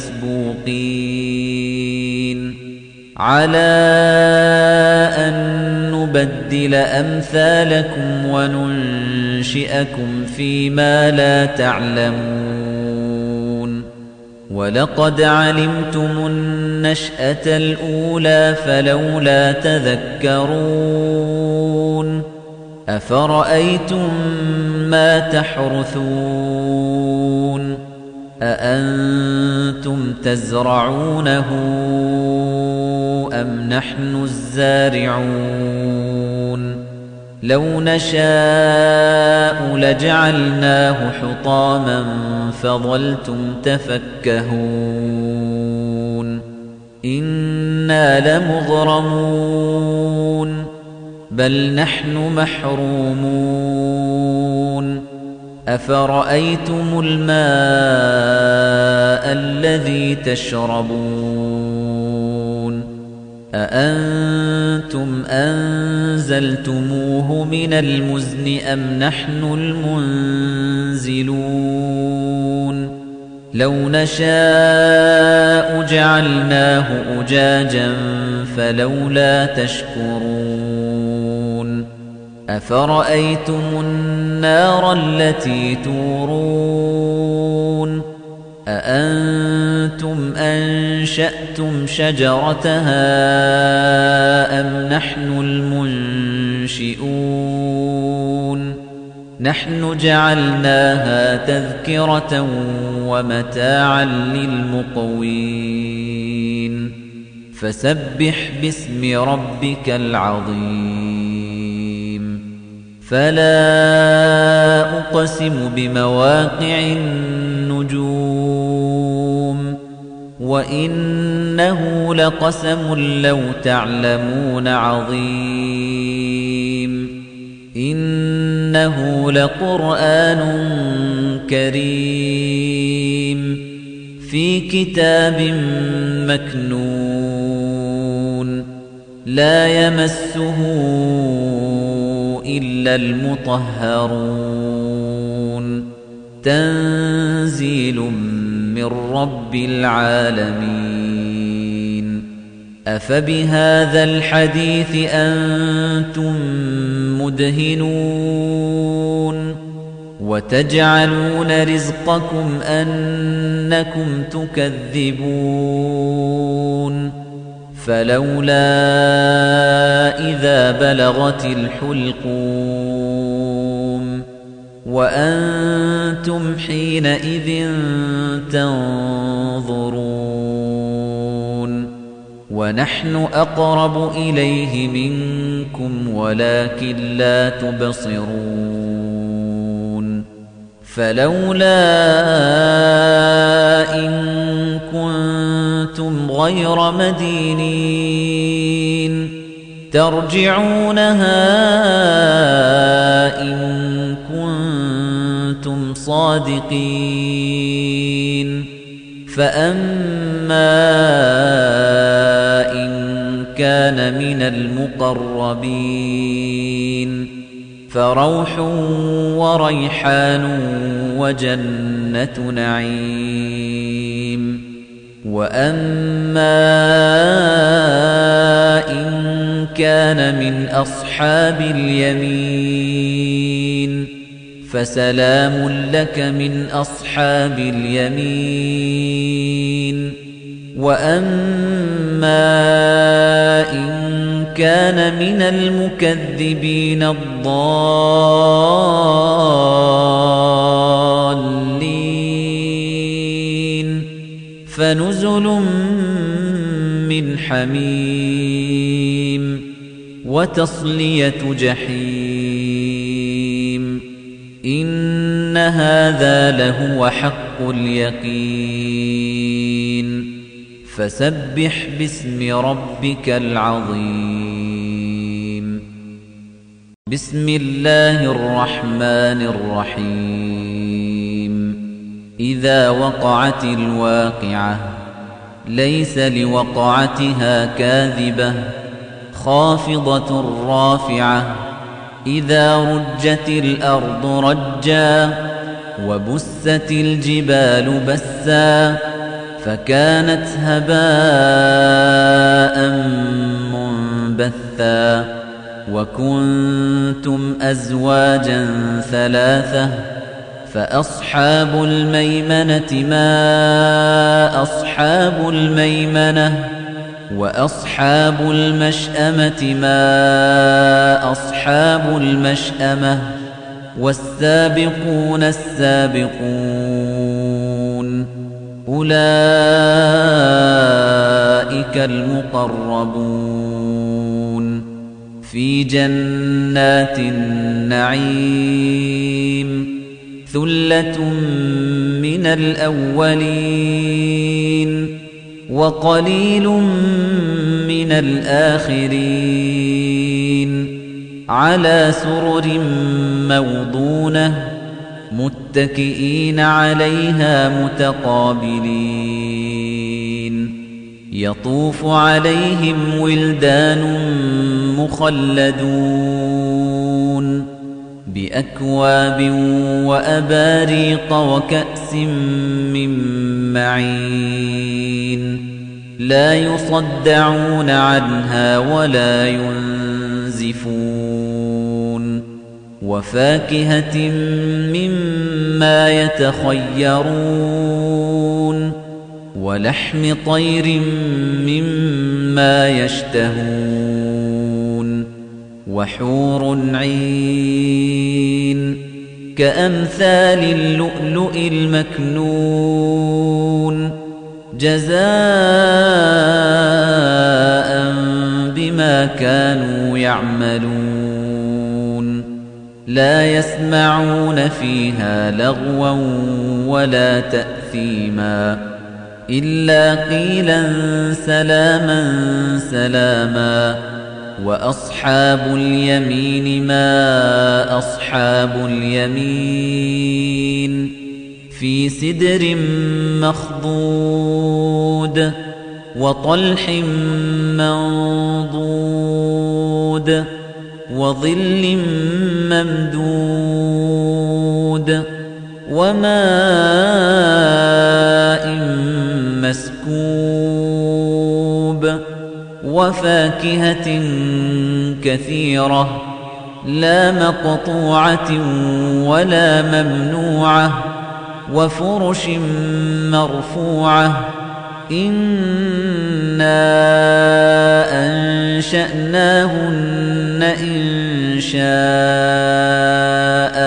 بمسبوقين على أن نبدل أمثالكم وننشئكم فيما لا تعلمون ولقد علمتم النشأة الأولى فلولا تذكرون أفرأيتم ما تحرثون أأنتم تزرعونه أم نحن الزارعون لو نشاء لجعلناه حطاما فظلتم تفكهون إنا لمغرمون بل نحن محرومون أفرأيتم الماء الذي تشربون أأنتم أنزلتموه من المزن أم نحن المنزلون لو نشاء جعلناه أجاجا فلولا تشكرون أفرأيتم النار التي تورون أأنتم أنشأتم شجرتها أم نحن المنشئون نحن جعلناها تذكرة ومتاعا للمقوين فسبح باسم ربك العظيم فلا أقسم بمواقع النجوم وإنه لقسم لو تعلمون عظيم إنه لقرآن كريم في كتاب مكنون لا يمسه إلا المطهرون تنزيل من رب العالمين أفبهذا الحديث أنتم مدهنون وتجعلون رزقكم أنكم تكذبون فلولا إذا بلغت الحلقوم وأنتم حينئذ تنظرون ونحن أقرب إليه منكم ولكن لا تبصرون فلولا إن كنتم غير مدينين ترجعونها إن كنتم صادقين فأما إن كان من المقربين فروح وريحان وجنة نعيم وأما إن كان من أصحاب اليمين فسلام لك من أصحاب اليمين وأما إن كان من المكذبين الضالين فنزل من حميم وتصلية جحيم إن هذا لهو حق اليقين فسبح باسم ربك العظيم بسم الله الرحمن الرحيم إذا وقعت الواقعة ليس لوقعتها كاذبة خافضة رافعة إذا رجت الأرض رجا وبست الجبال بسا فكانت هباء منبثا وكنتم أزواجا ثلاثة فأصحاب الميمنة ما أصحاب الميمنة وأصحاب المشأمة ما أصحاب المشأمة والسابقون السابقون أولئك المقربون في جنات النعيم ثلة من الأولين وقليل من الآخرين على سرر موضونة متكئين عليها متقابلين يطوف عليهم ولدان مخلدون بأكواب وأباريق وكأس من معين لا يصدعون عنها ولا ينزفون وفاكهة مما يتخيرون ولحم طير مما يشتهون وحور عين كأمثال اللؤلؤ المكنون جزاء بما كانوا يعملون لا يسمعون فيها لغوا ولا تأثيما إلا قيلا سلاما سلاما وأصحاب اليمين ما أصحاب اليمين في سدر مخضود وطلح منضود وظل ممدود وماء مسكوب وفاكهة كثيرة لا مقطوعة ولا ممنوعة وفرش مرفوعة إنا أنشأناهن إنشاء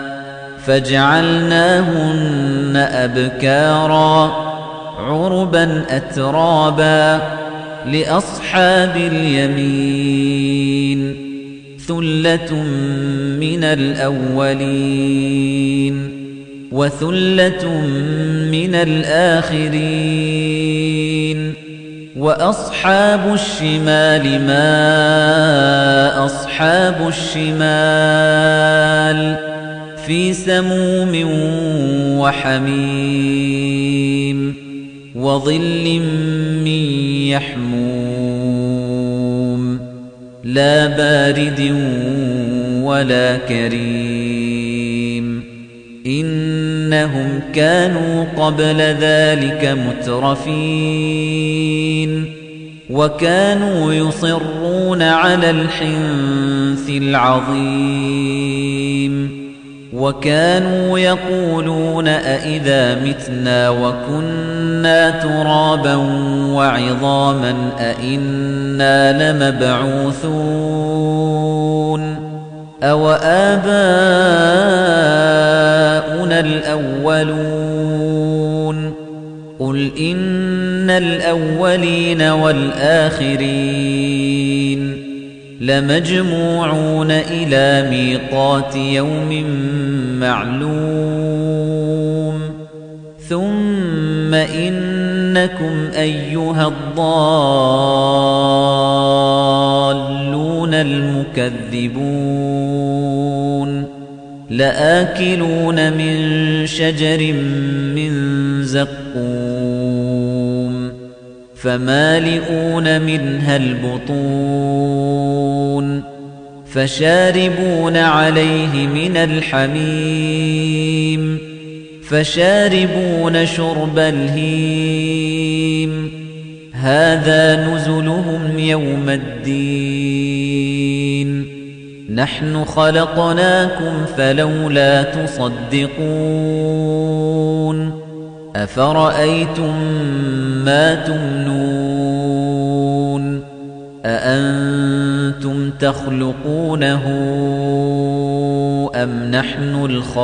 فجعلناهن أبكارا عربا أترابا لأصحاب اليمين ثلة من الأولين وثلة من الآخرين وأصحاب الشمال ما أصحاب الشمال في سموم وحميم وظل من يحموم لا بارد ولا كريم إنهم كانوا قبل ذلك مترفين وكانوا يصرون على الحنث العظيم وكانوا يقولون أئذا متنا وكنا ترابا وعظاما أئنا لمبعوثون أو آباؤنا الأولون قل إن الأولين والآخرين لمجموعون إلى ميقات يوم معلوم ثم إنكم أيها الضالون المكذبون لآكلون من شجر من زقوم فمالئون منها البطون فشاربون عليه من الحميم فشاربون شرب الهيم هذا نزلهم يوم الدين نحن خلقناكم فلولا تصدقون أفرأيتم ما تمنون أأنتم تخلقونه أم نحن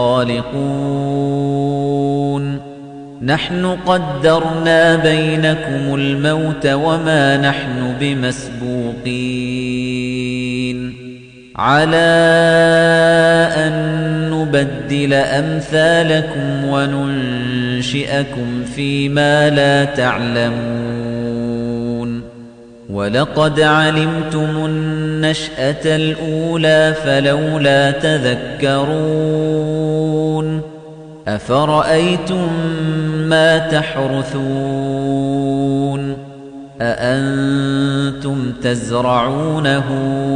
الخالقون نحن قدرنا بينكم الموت وما نحن بمسبوقين على أن نبدل أمثالكم وننشئكم فيما لا تعلمون وَلَقَدْ عَلِمْتُمُ النَّشْأَةَ الْأُولَىٰ فَلَوْلَا تَذَكَّرُونَ أَفَرَأَيْتُم مَّا تَحْرُثُونَ أَأَنتُمْ تَزْرَعُونَهُ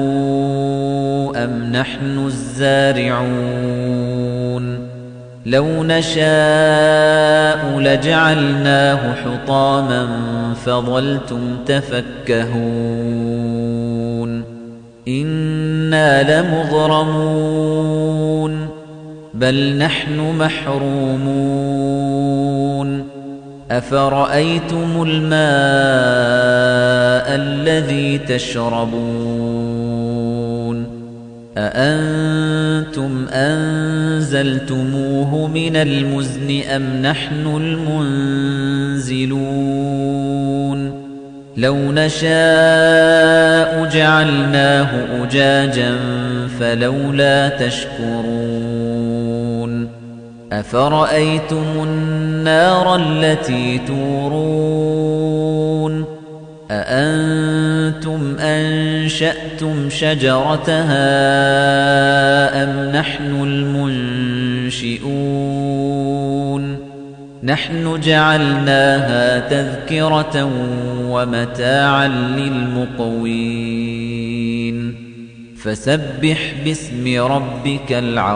أَمْ نَحْنُ الزَّارِعُونَ لَوْ نَشَاءُ لَجَعَلْنَاهُ حُطَامًا فَظَلْتُمْ تَفَكَّهُونَ إِنَّا لَمُغْرَمُونَ بَلْ نَحْنُ مَحْرُومُونَ أَفَرَأَيْتُمُ الْمَاءَ الَّذِي تَشْرَبُونَ أَأَنتُمْ أَنزَلْتُمُوهُ مِنَ الْمُزْنِ أَمْ نَحْنُ الْمُنزِلُونَ لَوْ نَشَاءُ جَعَلْنَاهُ أُجَاجًا فَلَوْلَا تَشْكُرُونَ أَفَرَأَيْتُمُ النَّارَ الَّتِي تُورُونَ أَأَنتُمْ أَنشَأْتُمْ شَجَرَتَهَا أَمْ نَحْنُ الْمُنشِئُونَ نَحْنُ جَعَلْنَاهَا تَذْكِرَةً وَمَتَاعًا لِلْمُقْوِينَ فَسَبِّحْ بِاسْمِ رَبِّكَ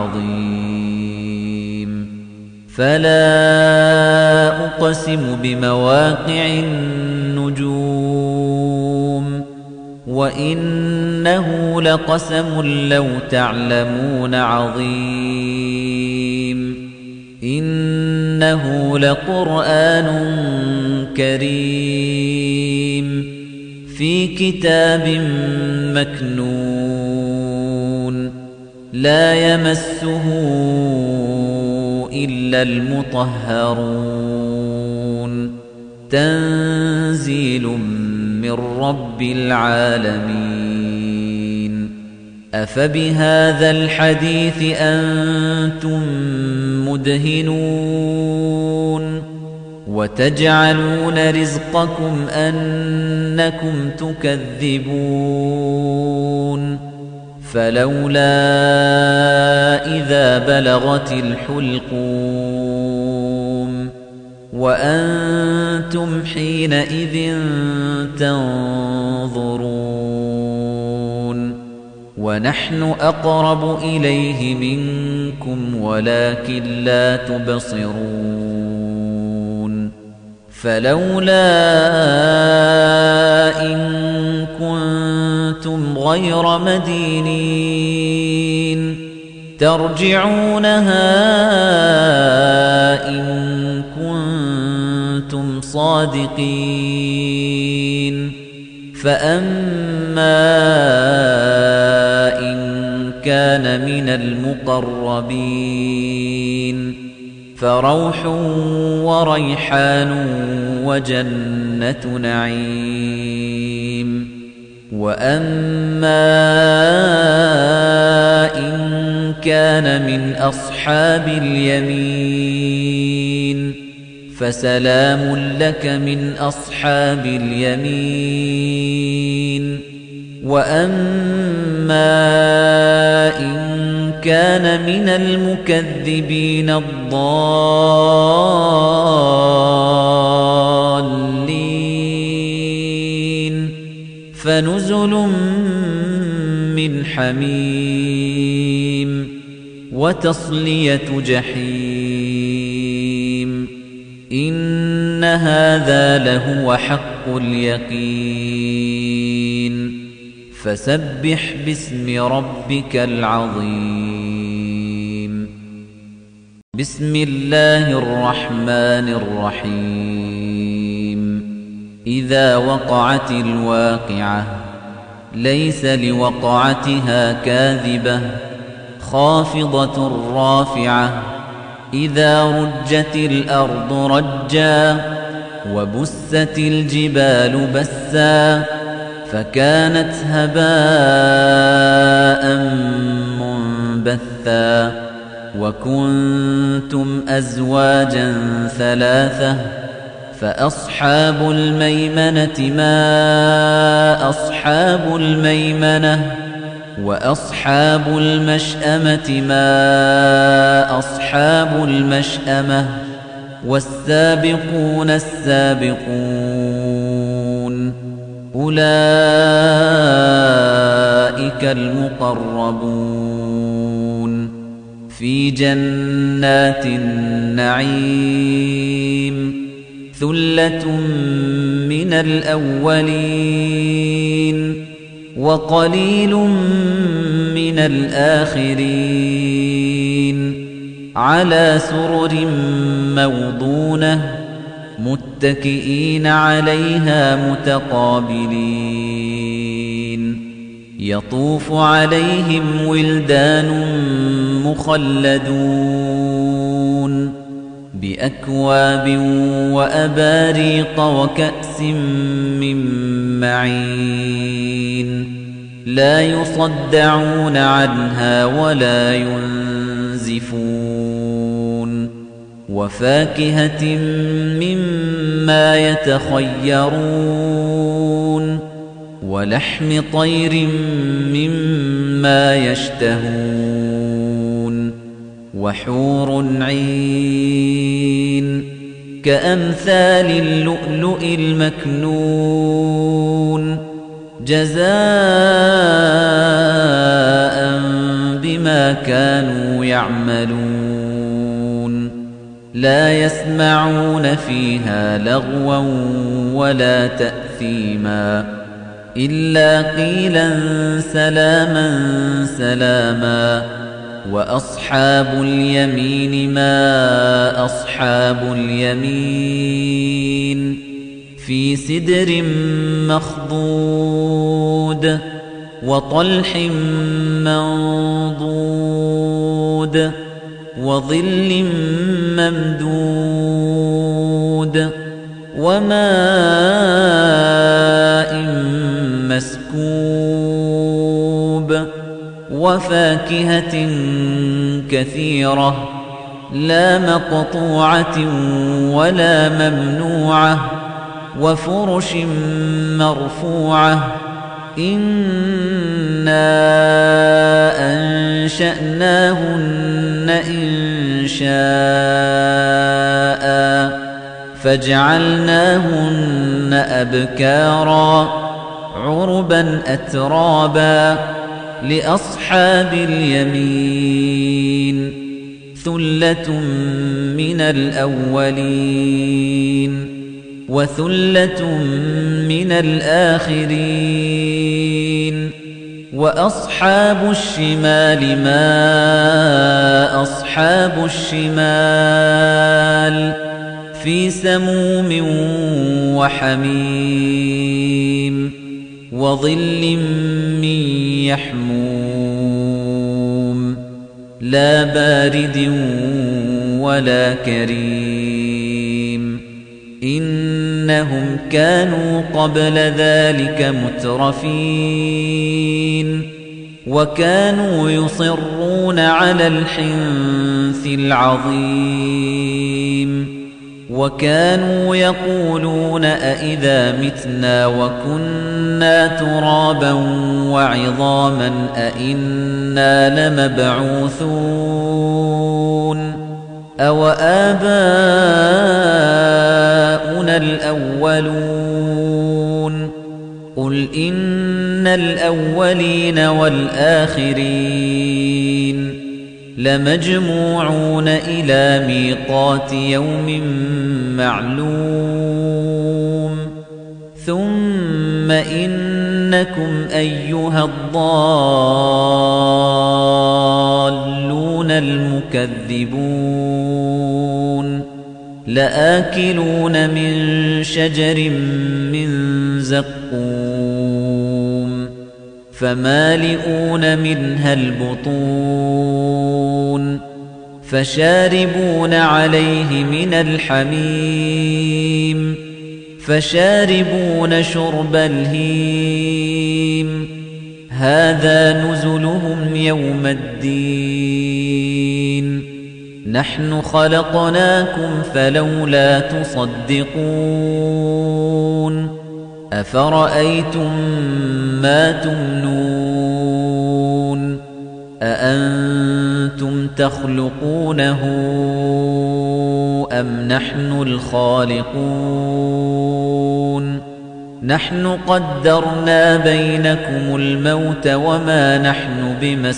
الْعَظِيمِ فَلَا أُقْسِمُ بِمَوَاقِعِ النُّجُومِ وَإِنَّهُ لَقَسَمٌ لَّوْ تَعْلَمُونَ عَظِيمٌ إِنَّهُ لَقُرْآنٌ كَرِيمٌ فِي كِتَابٍ مَّكْنُونٍ لَّا يَمَسُّهُ إِلَّا الْمُطَهَّرُونَ تَنزِيلٌ مِّن رَّبِّ الْعَالَمِينَ أَفَبِهَذَا الْحَدِيثِ أَنتُم مُّدْهِنُونَ وَتَجْعَلُونَ رِزْقَكُمْ أَنَّكُمْ تُكَذِّبُونَ فَلَوْلَا إِذَا بَلَغَتِ الْحُلْقُومَ وَأَنتُمْ حِينَئِذٍ تَنظُرُونَ وَنَحْنُ أَقْرَبُ إِلَيْهِ مِنكُمْ وَلَكِن لَّا تُبْصِرُونَ فَلَوْلَا إِن كُنتُمْ غَيْرَ مَدِينِينَ تَرْجِعُونَهَا إِن كُنتُمْ صَادِقِينَ فَأَمَّا إِن كَانَ مِنَ الْمُقَرَّبِينَ فَرَوْحٌ وَرَيْحَانٌ وَجَنَّةُ نَعِيمٍ وَأَمَّا إِن كَانَ مِنْ أَصْحَابِ الْيَمِينِ فَسَلَامٌ لَّكَ مِنْ أَصْحَابِ الْيَمِينِ وَأَمَّا إِن كَانَ مِنَ الْمُكَذِّبِينَ الضَّالِّينَ فَنُزُلٌ مِّنْ حَمِيمٍ وَتَصْلِيَةُ جَحِيمٍ إِنَّ هَذَا لَهُوَ حَقُّ الْيَقِينِ فَسَبِّحْ بِاسْمِ رَبِّكَ الْعَظِيمِ بِسْمِ اللَّهِ الرَّحْمَنِ الرَّحِيمِ إِذَا وَقَعَتِ الْوَاقِعَةُ لَيْسَ لِوَقْعَتِهَا كَاذِبَةٌ خَافِضَةٌ رَّافِعَةٌ إِذَا رُجَّتِ الْأَرْضُ رَجًّا وَبُسَّتِ الْجِبَالُ بَسًّا فَكَانَتْ هَبَاءً مُّنبَثًّا وَكُنتُمْ أَزْوَاجًا ثَلَاثَةً فأصحاب الميمنة ما أصحاب الميمنة وأصحاب المشأمة ما أصحاب المشأمة والسابقون السابقون أولئك المقربون في جنات النعيم ثلة من الأولين وقليل من الآخرين على سرر موضونة متكئين عليها متقابلين يطوف عليهم ولدان مخلدون بأكواب وأباريق وكأس من معين لا يصدعون عنها ولا ينزفون وفاكهة مما يتخيرون ولحم طير مما يشتهون وحور عين كأمثال اللؤلؤ المكنون جزاء بما كانوا يعملون لا يسمعون فيها لغوا ولا تأثيما إلا قيلا سلاما سلاما وأصحاب اليمين ما أصحاب اليمين في سدر مخضود وطلح منضود وظل ممدود وماء مسكوب وفاكهة كثيرة لا مقطوعة ولا ممنوعة وفرش مرفوعة إنا أنشأناهن إنشاء فجعلناهن أبكارا عربا أترابا لأصحاب اليمين ثلة من الأولين وثلة من الآخرين وأصحاب الشمال ما أصحاب الشمال في سموم وحميم وظل من يحموم لا بارد ولا كريم إنهم كانوا قبل ذلك مترفين وكانوا يصرون على الحنث العظيم وكانوا يقولون أئذا متنا وكنا ترابا وعظاما أئنا لمبعوثون أو آباؤنا الأولون قل إن الأولين والآخرين لمجموعون إلى ميقات يوم معلوم ثم إنكم أيها الضالون المكذبون لآكلون من شجر من زقوم فمالئون منها البطون فشاربون عليه من الحميم فشاربون شرب الهيم هذا نزلهم يوم الدين نحن خلقناكم فلولا تصدقون أفرأيتم ما تمنون أأنتم تخلقونه أم نحن الخالقون نحن قدرنا بينكم الموت وما نحن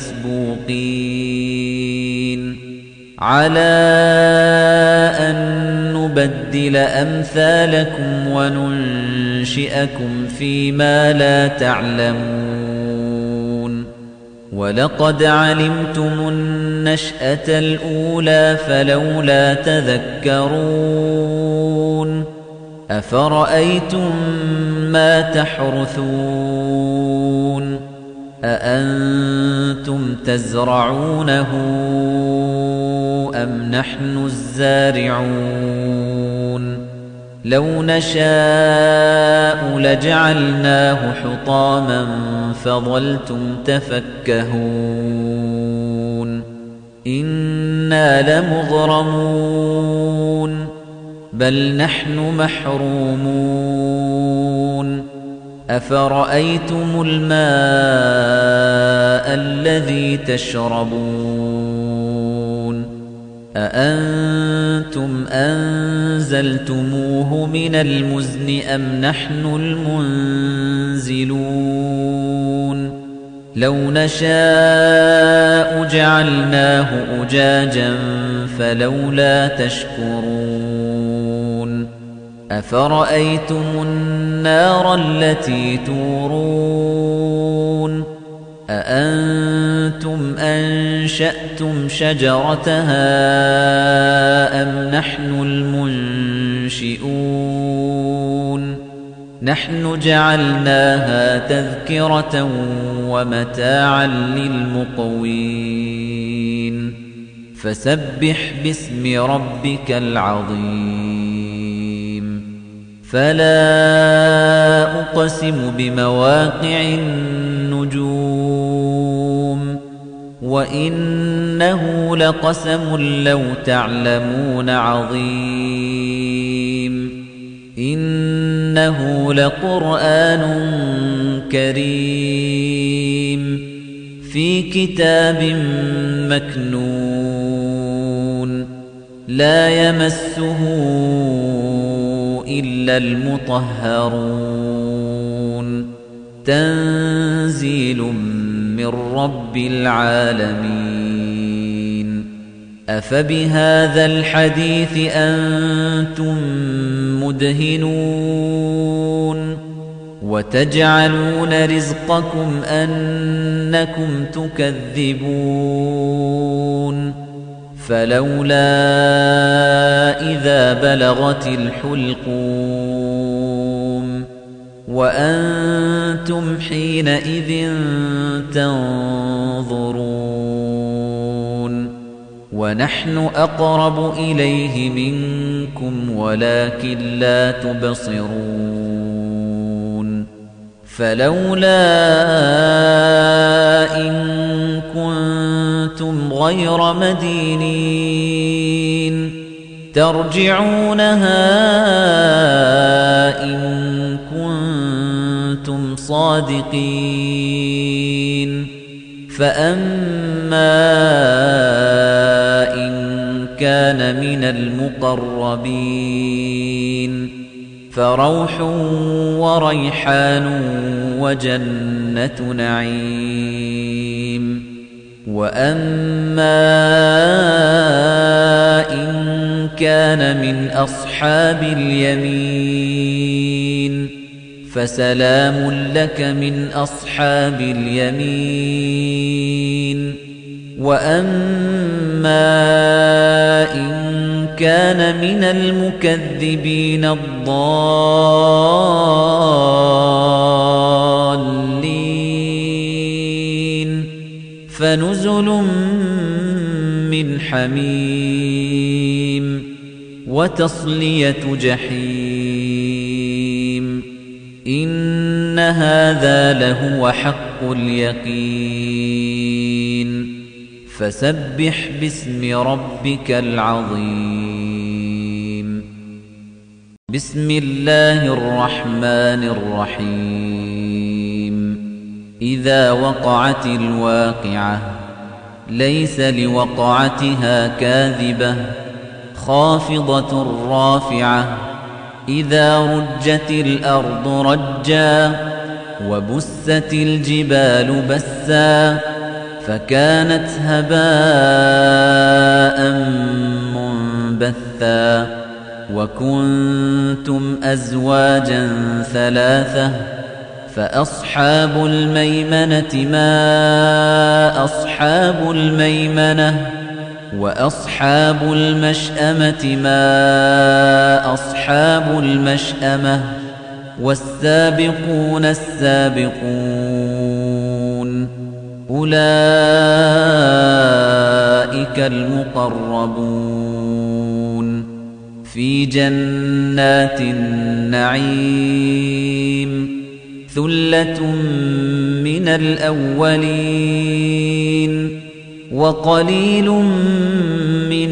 بمسبوقين على أن نبدل أمثالكم وننشئكم فيما لا تعلمون ولقد علمتم النشأة الأولى فلولا تذكرون أفرأيتم ما تحرثون أأنتم تزرعونه أم نحن الزارعون لو نشاء لجعلناه حطاما فظلتم تفكهون إنا لمغرمون بل نحن محرومون أفرأيتم الماء الذي تشربون أأنتم أنزلتموه من المزن أم نحن المنزلون لو نشاء جعلناه أجاجا فلولا تشكرون أفرأيتم النار التي تورون أأنتم أنشأتم شجرتها أم نحن المنشئون نحن جعلناها تذكرة ومتاعا للمقوين فسبح باسم ربك العظيم فلا أقسم بمواقع النجوم وإنه لقسم لو تعلمون عظيم إنه لقرآن كريم في كتاب مكنون لا يمسه إلا المطهرون تنزيل من رب العالمين أفبهذا الحديث أنتم مدهنون وتجعلون رزقكم أنكم تكذبون فلولا إذا بلغت الحلقوم وأنتم حينئذ تنظرون ونحن أقرب إليه منكم ولكن لا تبصرون فلولا إن كنتم غير مدينين ترجعونها إن كنتم صادقين فأما إن كان من المقربين فروح وريحان وجنة نعيم وأما إن كان من أصحاب اليمين فسلام لك من أصحاب اليمين وأما إن كان من المكذبين الضالين فنزل من حميم وتصلية جحيم إن هذا لهو حق اليقين فسبح باسم ربك العظيم بسم الله الرحمن الرحيم إذا وقعت الواقعة ليس لوقعتها كاذبة خافضة رافعة إذا رجت الأرض رجا وبست الجبال بسا فكانت هباء منبثا وكنتم أزواجا ثلاثة فأصحاب الميمنة ما أصحاب الميمنة وأصحاب المشأمة ما أصحاب المشأمة والسابقون السابقون أولئك المقربون في جنات النعيم ثلة من الأولين وقليل من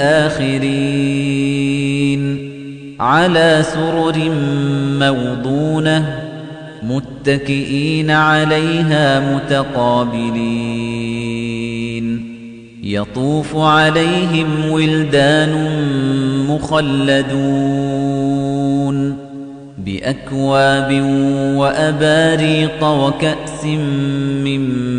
الآخرين على سرر موضونة متكئين عليها متقابلين يطوف عليهم ولدان مخلدون بأكواب وأباريق وكأس من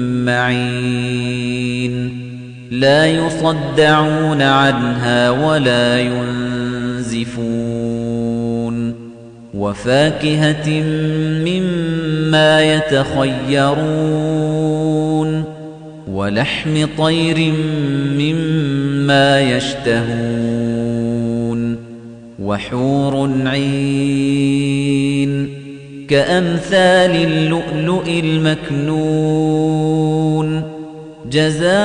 معين لا يصدعون عنها ولا ينزفون وفاكهة مما يتخيرون ولحم طير مما يشتهون وحور عين كأمثال اللؤلؤ المكنون جزاء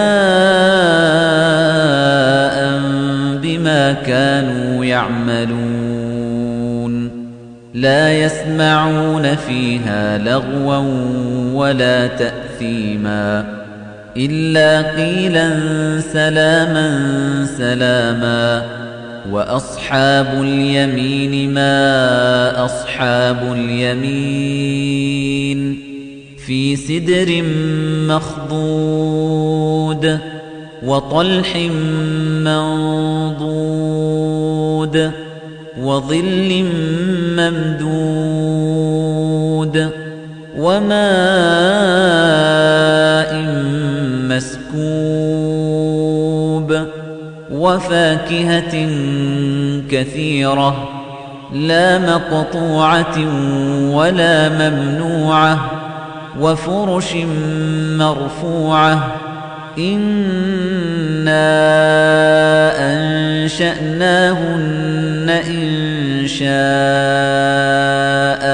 بما كانوا يعملون لا يسمعون فيها لغوا ولا تأثيما إلا قيلا سلاما سلاما وأصحاب اليمين ما أصحاب اليمين في سدر مخضود وطلح منضود وظل ممدود وماء مسكوب وفاكهة كثيرة لا مقطوعة ولا ممنوعة وفرش مرفوعة إنا أنشأناهن إنشاء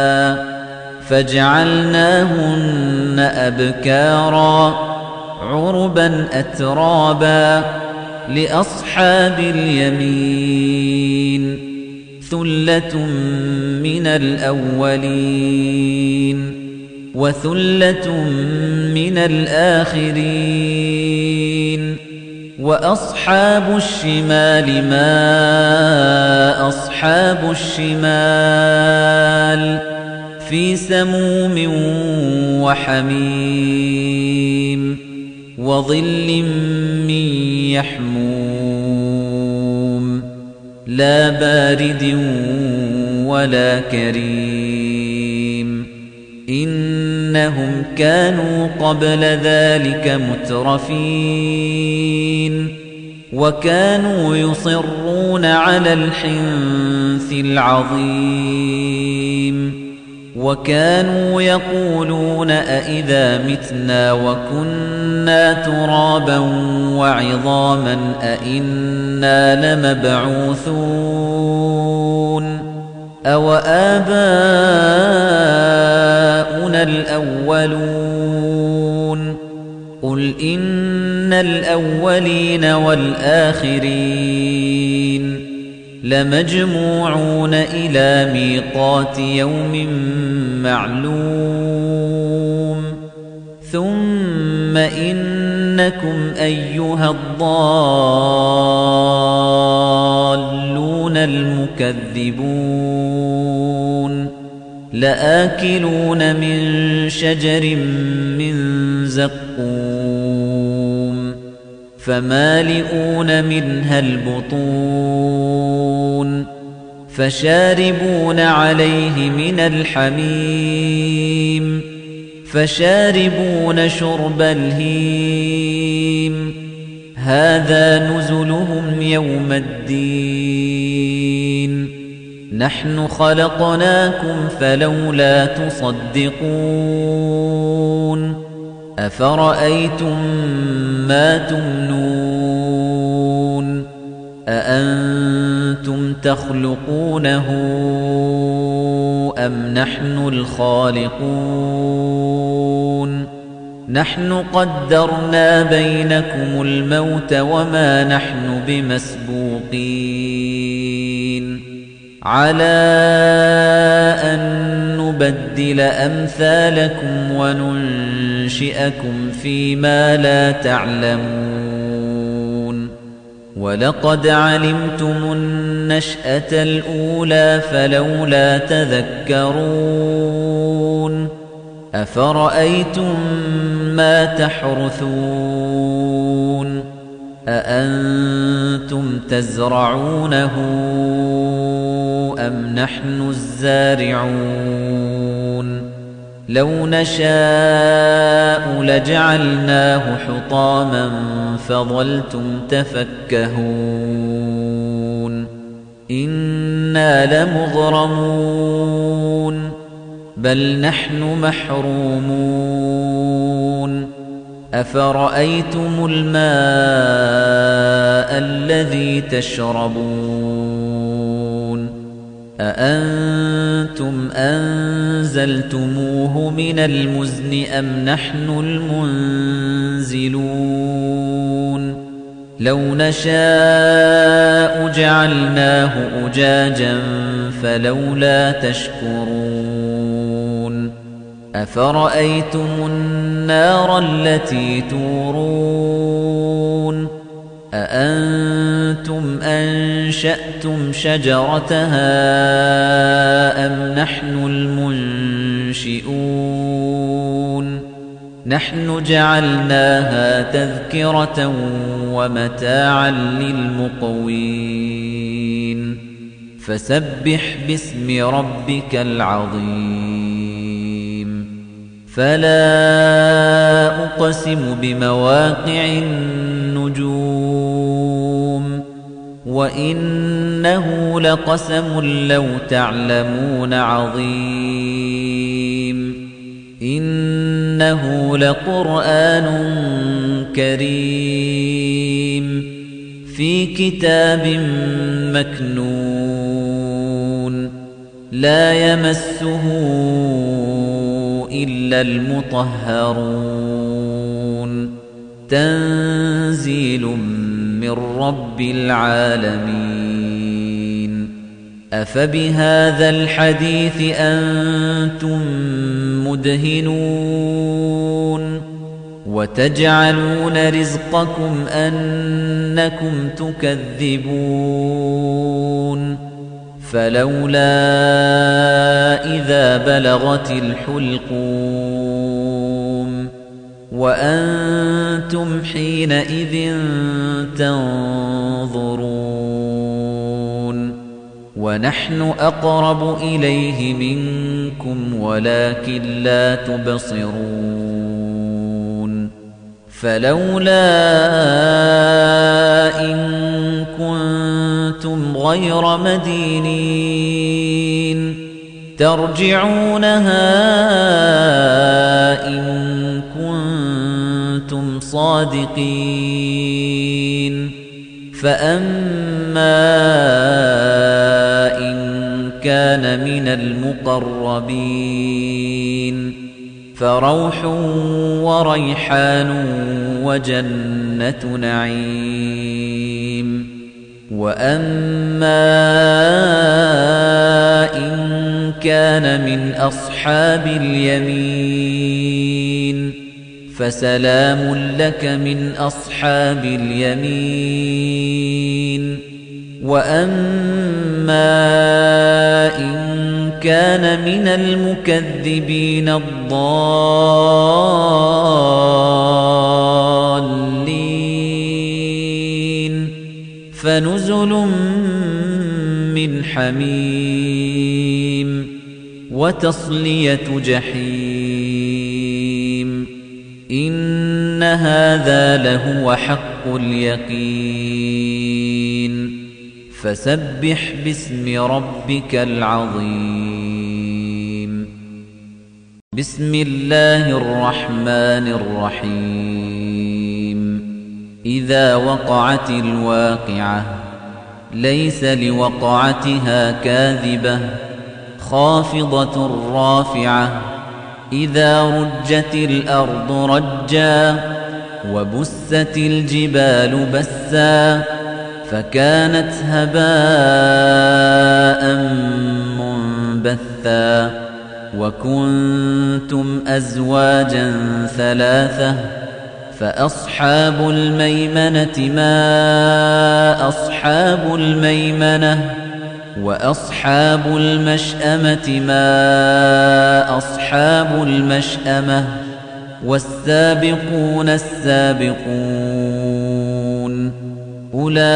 فجعلناهن أبكارا عربا أترابا لأصحاب اليمين ثلة من الأولين وثلة من الآخرين وأصحاب الشمال ما أصحاب الشمال في سموم وحميم وظل من يحموم لا بارد ولا كريم إنهم كانوا قبل ذلك مترفين وكانوا يصرون على الحنث العظيم وكانوا يقولون أئذا متنا وكنا ترابا وعظاما أئنا لمبعوثون أو آباؤنا الأولون قل إن الأولين والآخرين لمجموعون إلى ميقات يوم معلوم ثم ثُمَّ إِنَّكُمْ أَيُّهَا الضَّالُّونَ الْمُكَذِّبُونَ لَآكِلُونَ مِن شَجَرٍ مِّن زَقُّومٍ فَمَالِئُونَ مِنْهَا الْبُطُونَ فَشَارِبُونَ عَلَيْهِ مِنَ الْحَمِيمِ فَشَارِبُونَ شُرْبَ الْهِيمِ هَذَا نُزُلُهُمْ يَوْمَ الدِّينِ نَحْنُ خَلَقْنَاكُمْ فَلَوْلَا تُصَدِّقُونَ أَفَرَأَيْتُم مَّا تُمْنُونَ أَأَنتُمْ تَخْلُقُونَهُ أَمْ نَحْنُ الْخَالِقُونَ نَحْنُ قَدَّرْنَا بَيْنَكُمُ الْمَوْتَ وَمَا نَحْنُ بِمَسْبُوقِينَ عَلَىٰ أَن نُّبَدِّلَ أَمْثَالَكُمْ وَنُنشِئَكُمْ فِيمَا لَا تَعْلَمُونَ وَلَقَدْ عَلِمْتُمُ النَّشْأَةَ الْأُولَىٰ فَلَوْلَا تَذَكَّرُونَ أَفَرَأَيْتُم مَّا تَحْرُثُونَ أَأَنتُمْ تَزْرَعُونَهُ أَمْ نَحْنُ الزَّارِعُونَ لَوْ نَشَاءُ لَجَعَلْنَاهُ حُطَامًا فَظَلْتُمْ تَفَكَّهُونَ إِنَّا لَمُغْرَمُونَ بَلْ نَحْنُ مَحْرُومُونَ أَفَرَأَيْتُمُ الْمَاءَ الَّذِي تَشْرَبُونَ أَأَنتُمْ أَنزَلْتُمُوهُ مِنَ الْمُزْنِ أَمْ نَحْنُ الْمُنزِلُونَ لَوْ نَشَاءُ جَعَلْنَاهُ أُجَاجًا فَلَوْلَا تَشْكُرُونَ أَفَرَأَيْتُمُ النَّارَ الَّتِي تُورُونَ أَأَنتُمْ أَنشَأْتُمْ شَجَرَتَهَا أَمْ نَحْنُ الْمُنشِئُونَ نَحْنُ جَعَلْنَاهَا تَذْكِرَةً وَمَتَاعًا لِلْمُقْوِينَ فَسَبِّحْ بِاسْمِ رَبِّكَ الْعَظِيمِ فَلَا أُقْسِمُ بِمَوَاقِعِ النُّجُومِ وَإِنَّهُ لَقَسَمٌ لَّوْ تَعْلَمُونَ عَظِيمٌ إِنَّهُ لَقُرْآنٌ كَرِيمٌ فِي كِتَابٍ مَّكْنُونٍ لَّا يَمَسُّهُ إِلَّا الْمُطَهَّرُونَ تَنزِيلٌ مِّن رَّبِّ الْعَالَمِينَ أَفَبِهَذَا الْحَدِيثِ أَنتُم مُّدْهِنُونَ وَتَجْعَلُونَ رِزْقَكُمْ أَنَّكُمْ تُكَذِّبُونَ فَلَوْلَا إِذَا بَلَغَتِ الْحُلْقُومَ وَأَنتُمْ حِينَئِذٍ تَنظُرُونَ وَنَحْنُ أَقْرَبُ إِلَيْهِ مِنكُمْ وَلَكِن لَّا تُبْصِرُونَ فَلَوْلَا إِن كُنتُمْ غَيْرَ مَدِينِينَ تَرْجِعُونَهَا إِن كُنتُمْ صَادِقِينَ فَأَمَّا إِن كَانَ مِنَ الْمُقَرَّبِينَ فَرَوْحٌ وَرَيْحَانٌ وَجَنَّةُ نَعِيمٍ وَأَمَّا إِن كَانَ مِنْ أَصْحَابِ الْيَمِينِ فسلام لك من أصحاب اليمين وأما إن كان من المكذبين الضالين فنزل من حميم وتصلية جحيم إن هذا لهو حق اليقين فسبح باسم ربك العظيم بسم الله الرحمن الرحيم إذا وقعت الواقعة ليس لوقعتها كاذبة خافضة رافعة إذا رجت الأرض رجا وبست الجبال بسا فكانت هباء منبثا وكنتم أزواجا ثلاثة فأصحاب الميمنة ما أصحاب الميمنة وأصحاب المشأمة ما أصحاب المشأمة والسابقون السابقون أولئك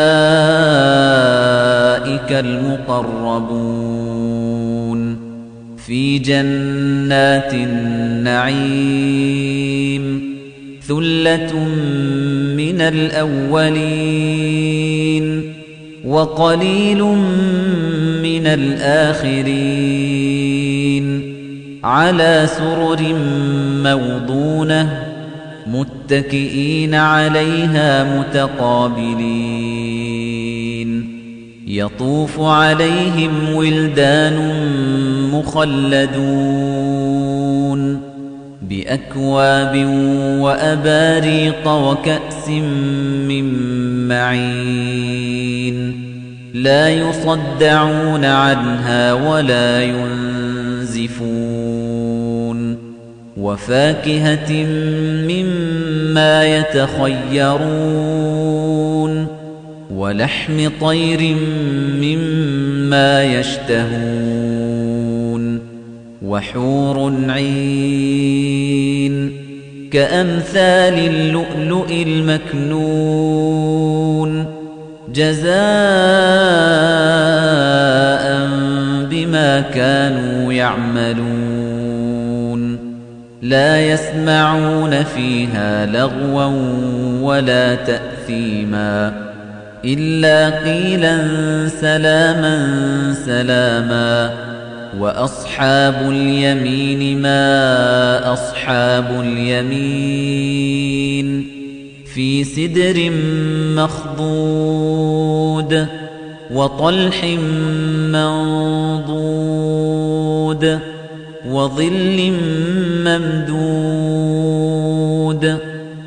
المقربون في جنات النعيم ثلة من الأولين وقليل من الآخرين على سرر موضونة متكئين عليها متقابلين يطوف عليهم ولدان مخلدون بأكواب وأباريق وكأس من معين لا يصدعون عنها ولا ينزفون وفاكهة مما يتخيرون ولحم طير مما يشتهون وحور عين كأمثال اللؤلؤ المكنون جزاء بما كانوا يعملون لا يسمعون فيها لغوا ولا تأثيما إلا قيلا سلاما سلاما وأصحاب اليمين ما أصحاب اليمين في سدر مخضود وطلح منضود وظل ممدود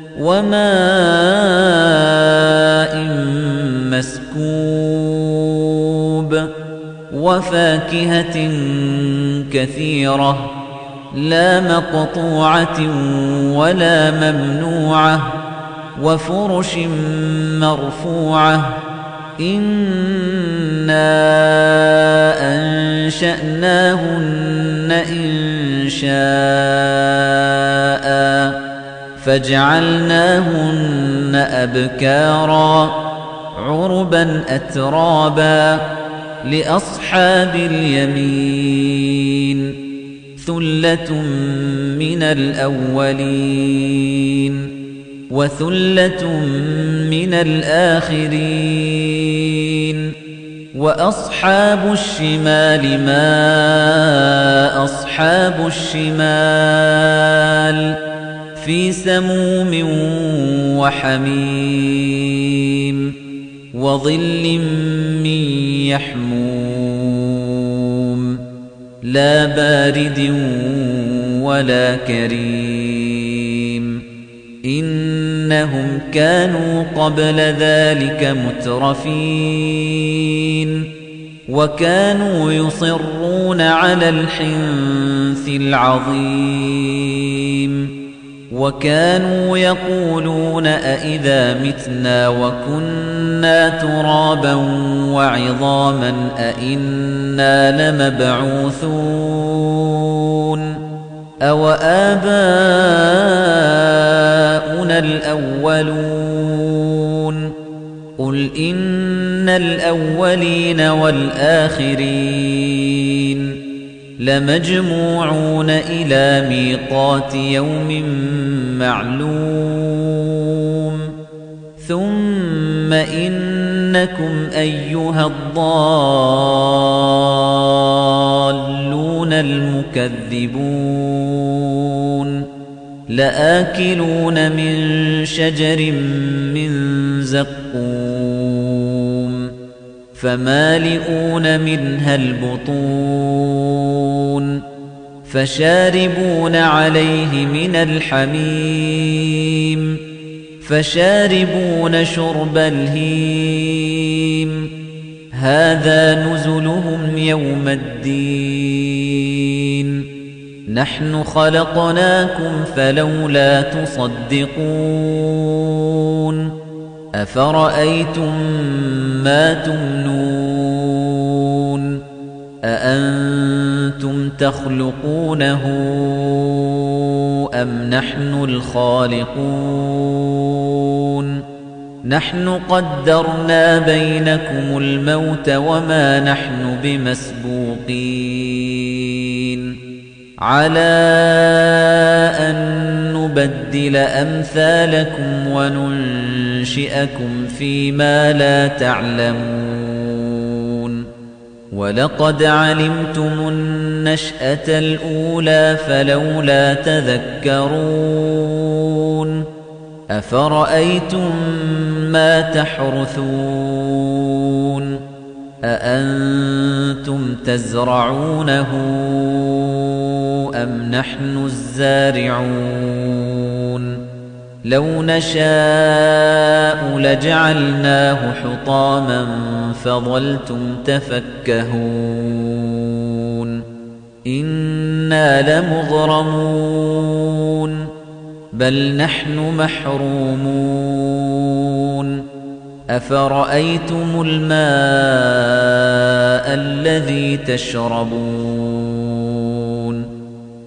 وماء مسكوب وفاكهة كثيرة لا مقطوعة ولا ممنوعة وفرش مرفوعة إنا أنشأناهن إنشاء فجعلناهن أبكارا عربا أترابا لأصحاب اليمين ثلة من الأولين وثلة من الآخرين وأصحاب الشمال ما أصحاب الشمال في سموم وحميم وظل من يحموم لا بارد ولا كريم إنهم كانوا قبل ذلك مترفين وكانوا يصرون على الحنث العظيم وكانوا يقولون أئذا متنا وكنا ترابا وعظاما أئنا لمبعوثون أو آباؤنا الأولون قل إن الأولين والآخرين لمجموعون إلى ميقات يوم معلوم ثم إنكم أيها الضالون المكذبون لآكلون من شجر من زقوم فمالئون منها البطون فشاربون عليه من الحميم فشاربون شرب الهيم هذا نزلهم يوم الدين نحن خلقناكم فلولا تصدقون أفرأيتم ما تمنون أأنتم تخلقونه أم نحن الخالقون نحن قدرنا بينكم الموت وما نحن بمسبوقين على أن نبدل أمثالكم وننشئكم فيما لا تعلمون ولقد علمتم النشأة الأولى فلولا تذكرون أفرأيتم ما تحرثون أأنتم تزرعونه أم نحن الزارعون لو نشاء لجعلناه حطاما فظلتم تفكهون إنا لمغرمون بل نحن محرومون أفرأيتم الماء الذي تشربون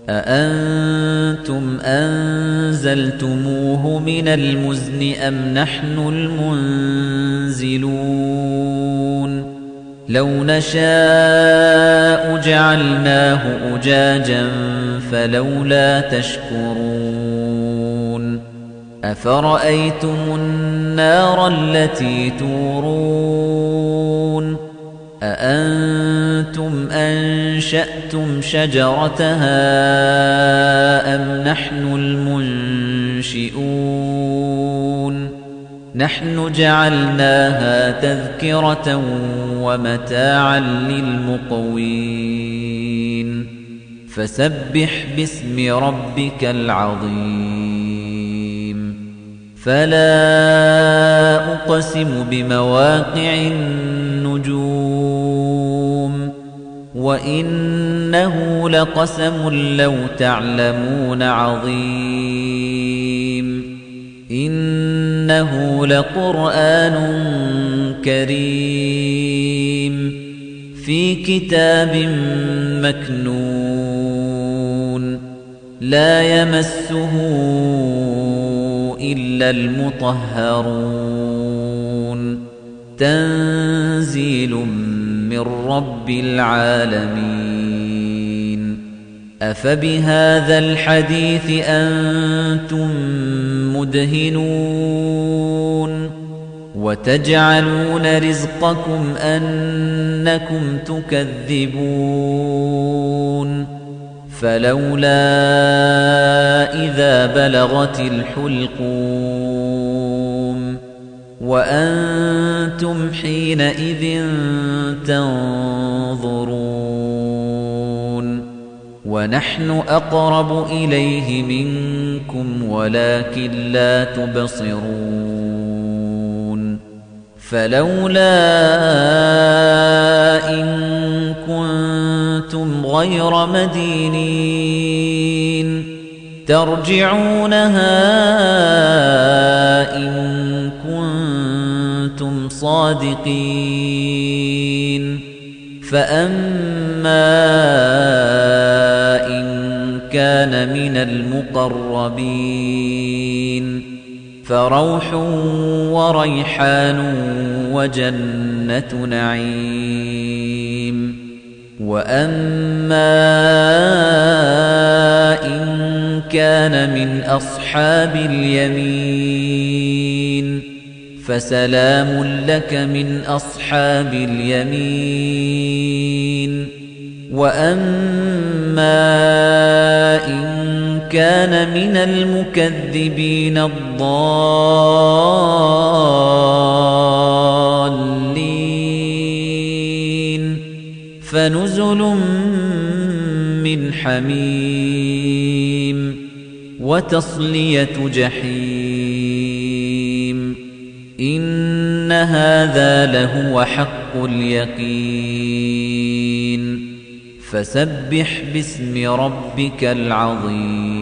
أأنتم أنزلتموه من المزن أم نحن المنزلون لو نشاء جعلناه أجاجا فلولا تشكرون أفرأيتم النار التي تورون أأنتم أنشأتم شجرتها أم نحن المنشئون نحن جعلناها تذكرة ومتاعا للمقوين فسبح باسم ربك العظيم فلا أقسم بمواقع النجوم وإنه لقسم لو تعلمون عظيم إنه لقرآن كريم في كتاب مكنون لا يمسه إلا المطهرون تنزيل من رب العالمين أفبهذا الحديث أنتم مدهنون وتجعلون رزقكم أنكم تكذبون فلولا إذا بلغت الحلقوم وأنتم حينئذ تنظرون ونحن أقرب إليه منكم ولكن لا تبصرون فلولا إن كنتم غير مدينين ترجعونها إن كنتم صادقين فأما إن كان من المقربين فروح وريحان وجنة نعيم وأما إن كان من أصحاب اليمين فسلام لك من أصحاب اليمين وأما إن كان من المكذبين الضالين فنزل من حميم وتصلية جحيم إن هذا لهو حق اليقين فسبح باسم ربك العظيم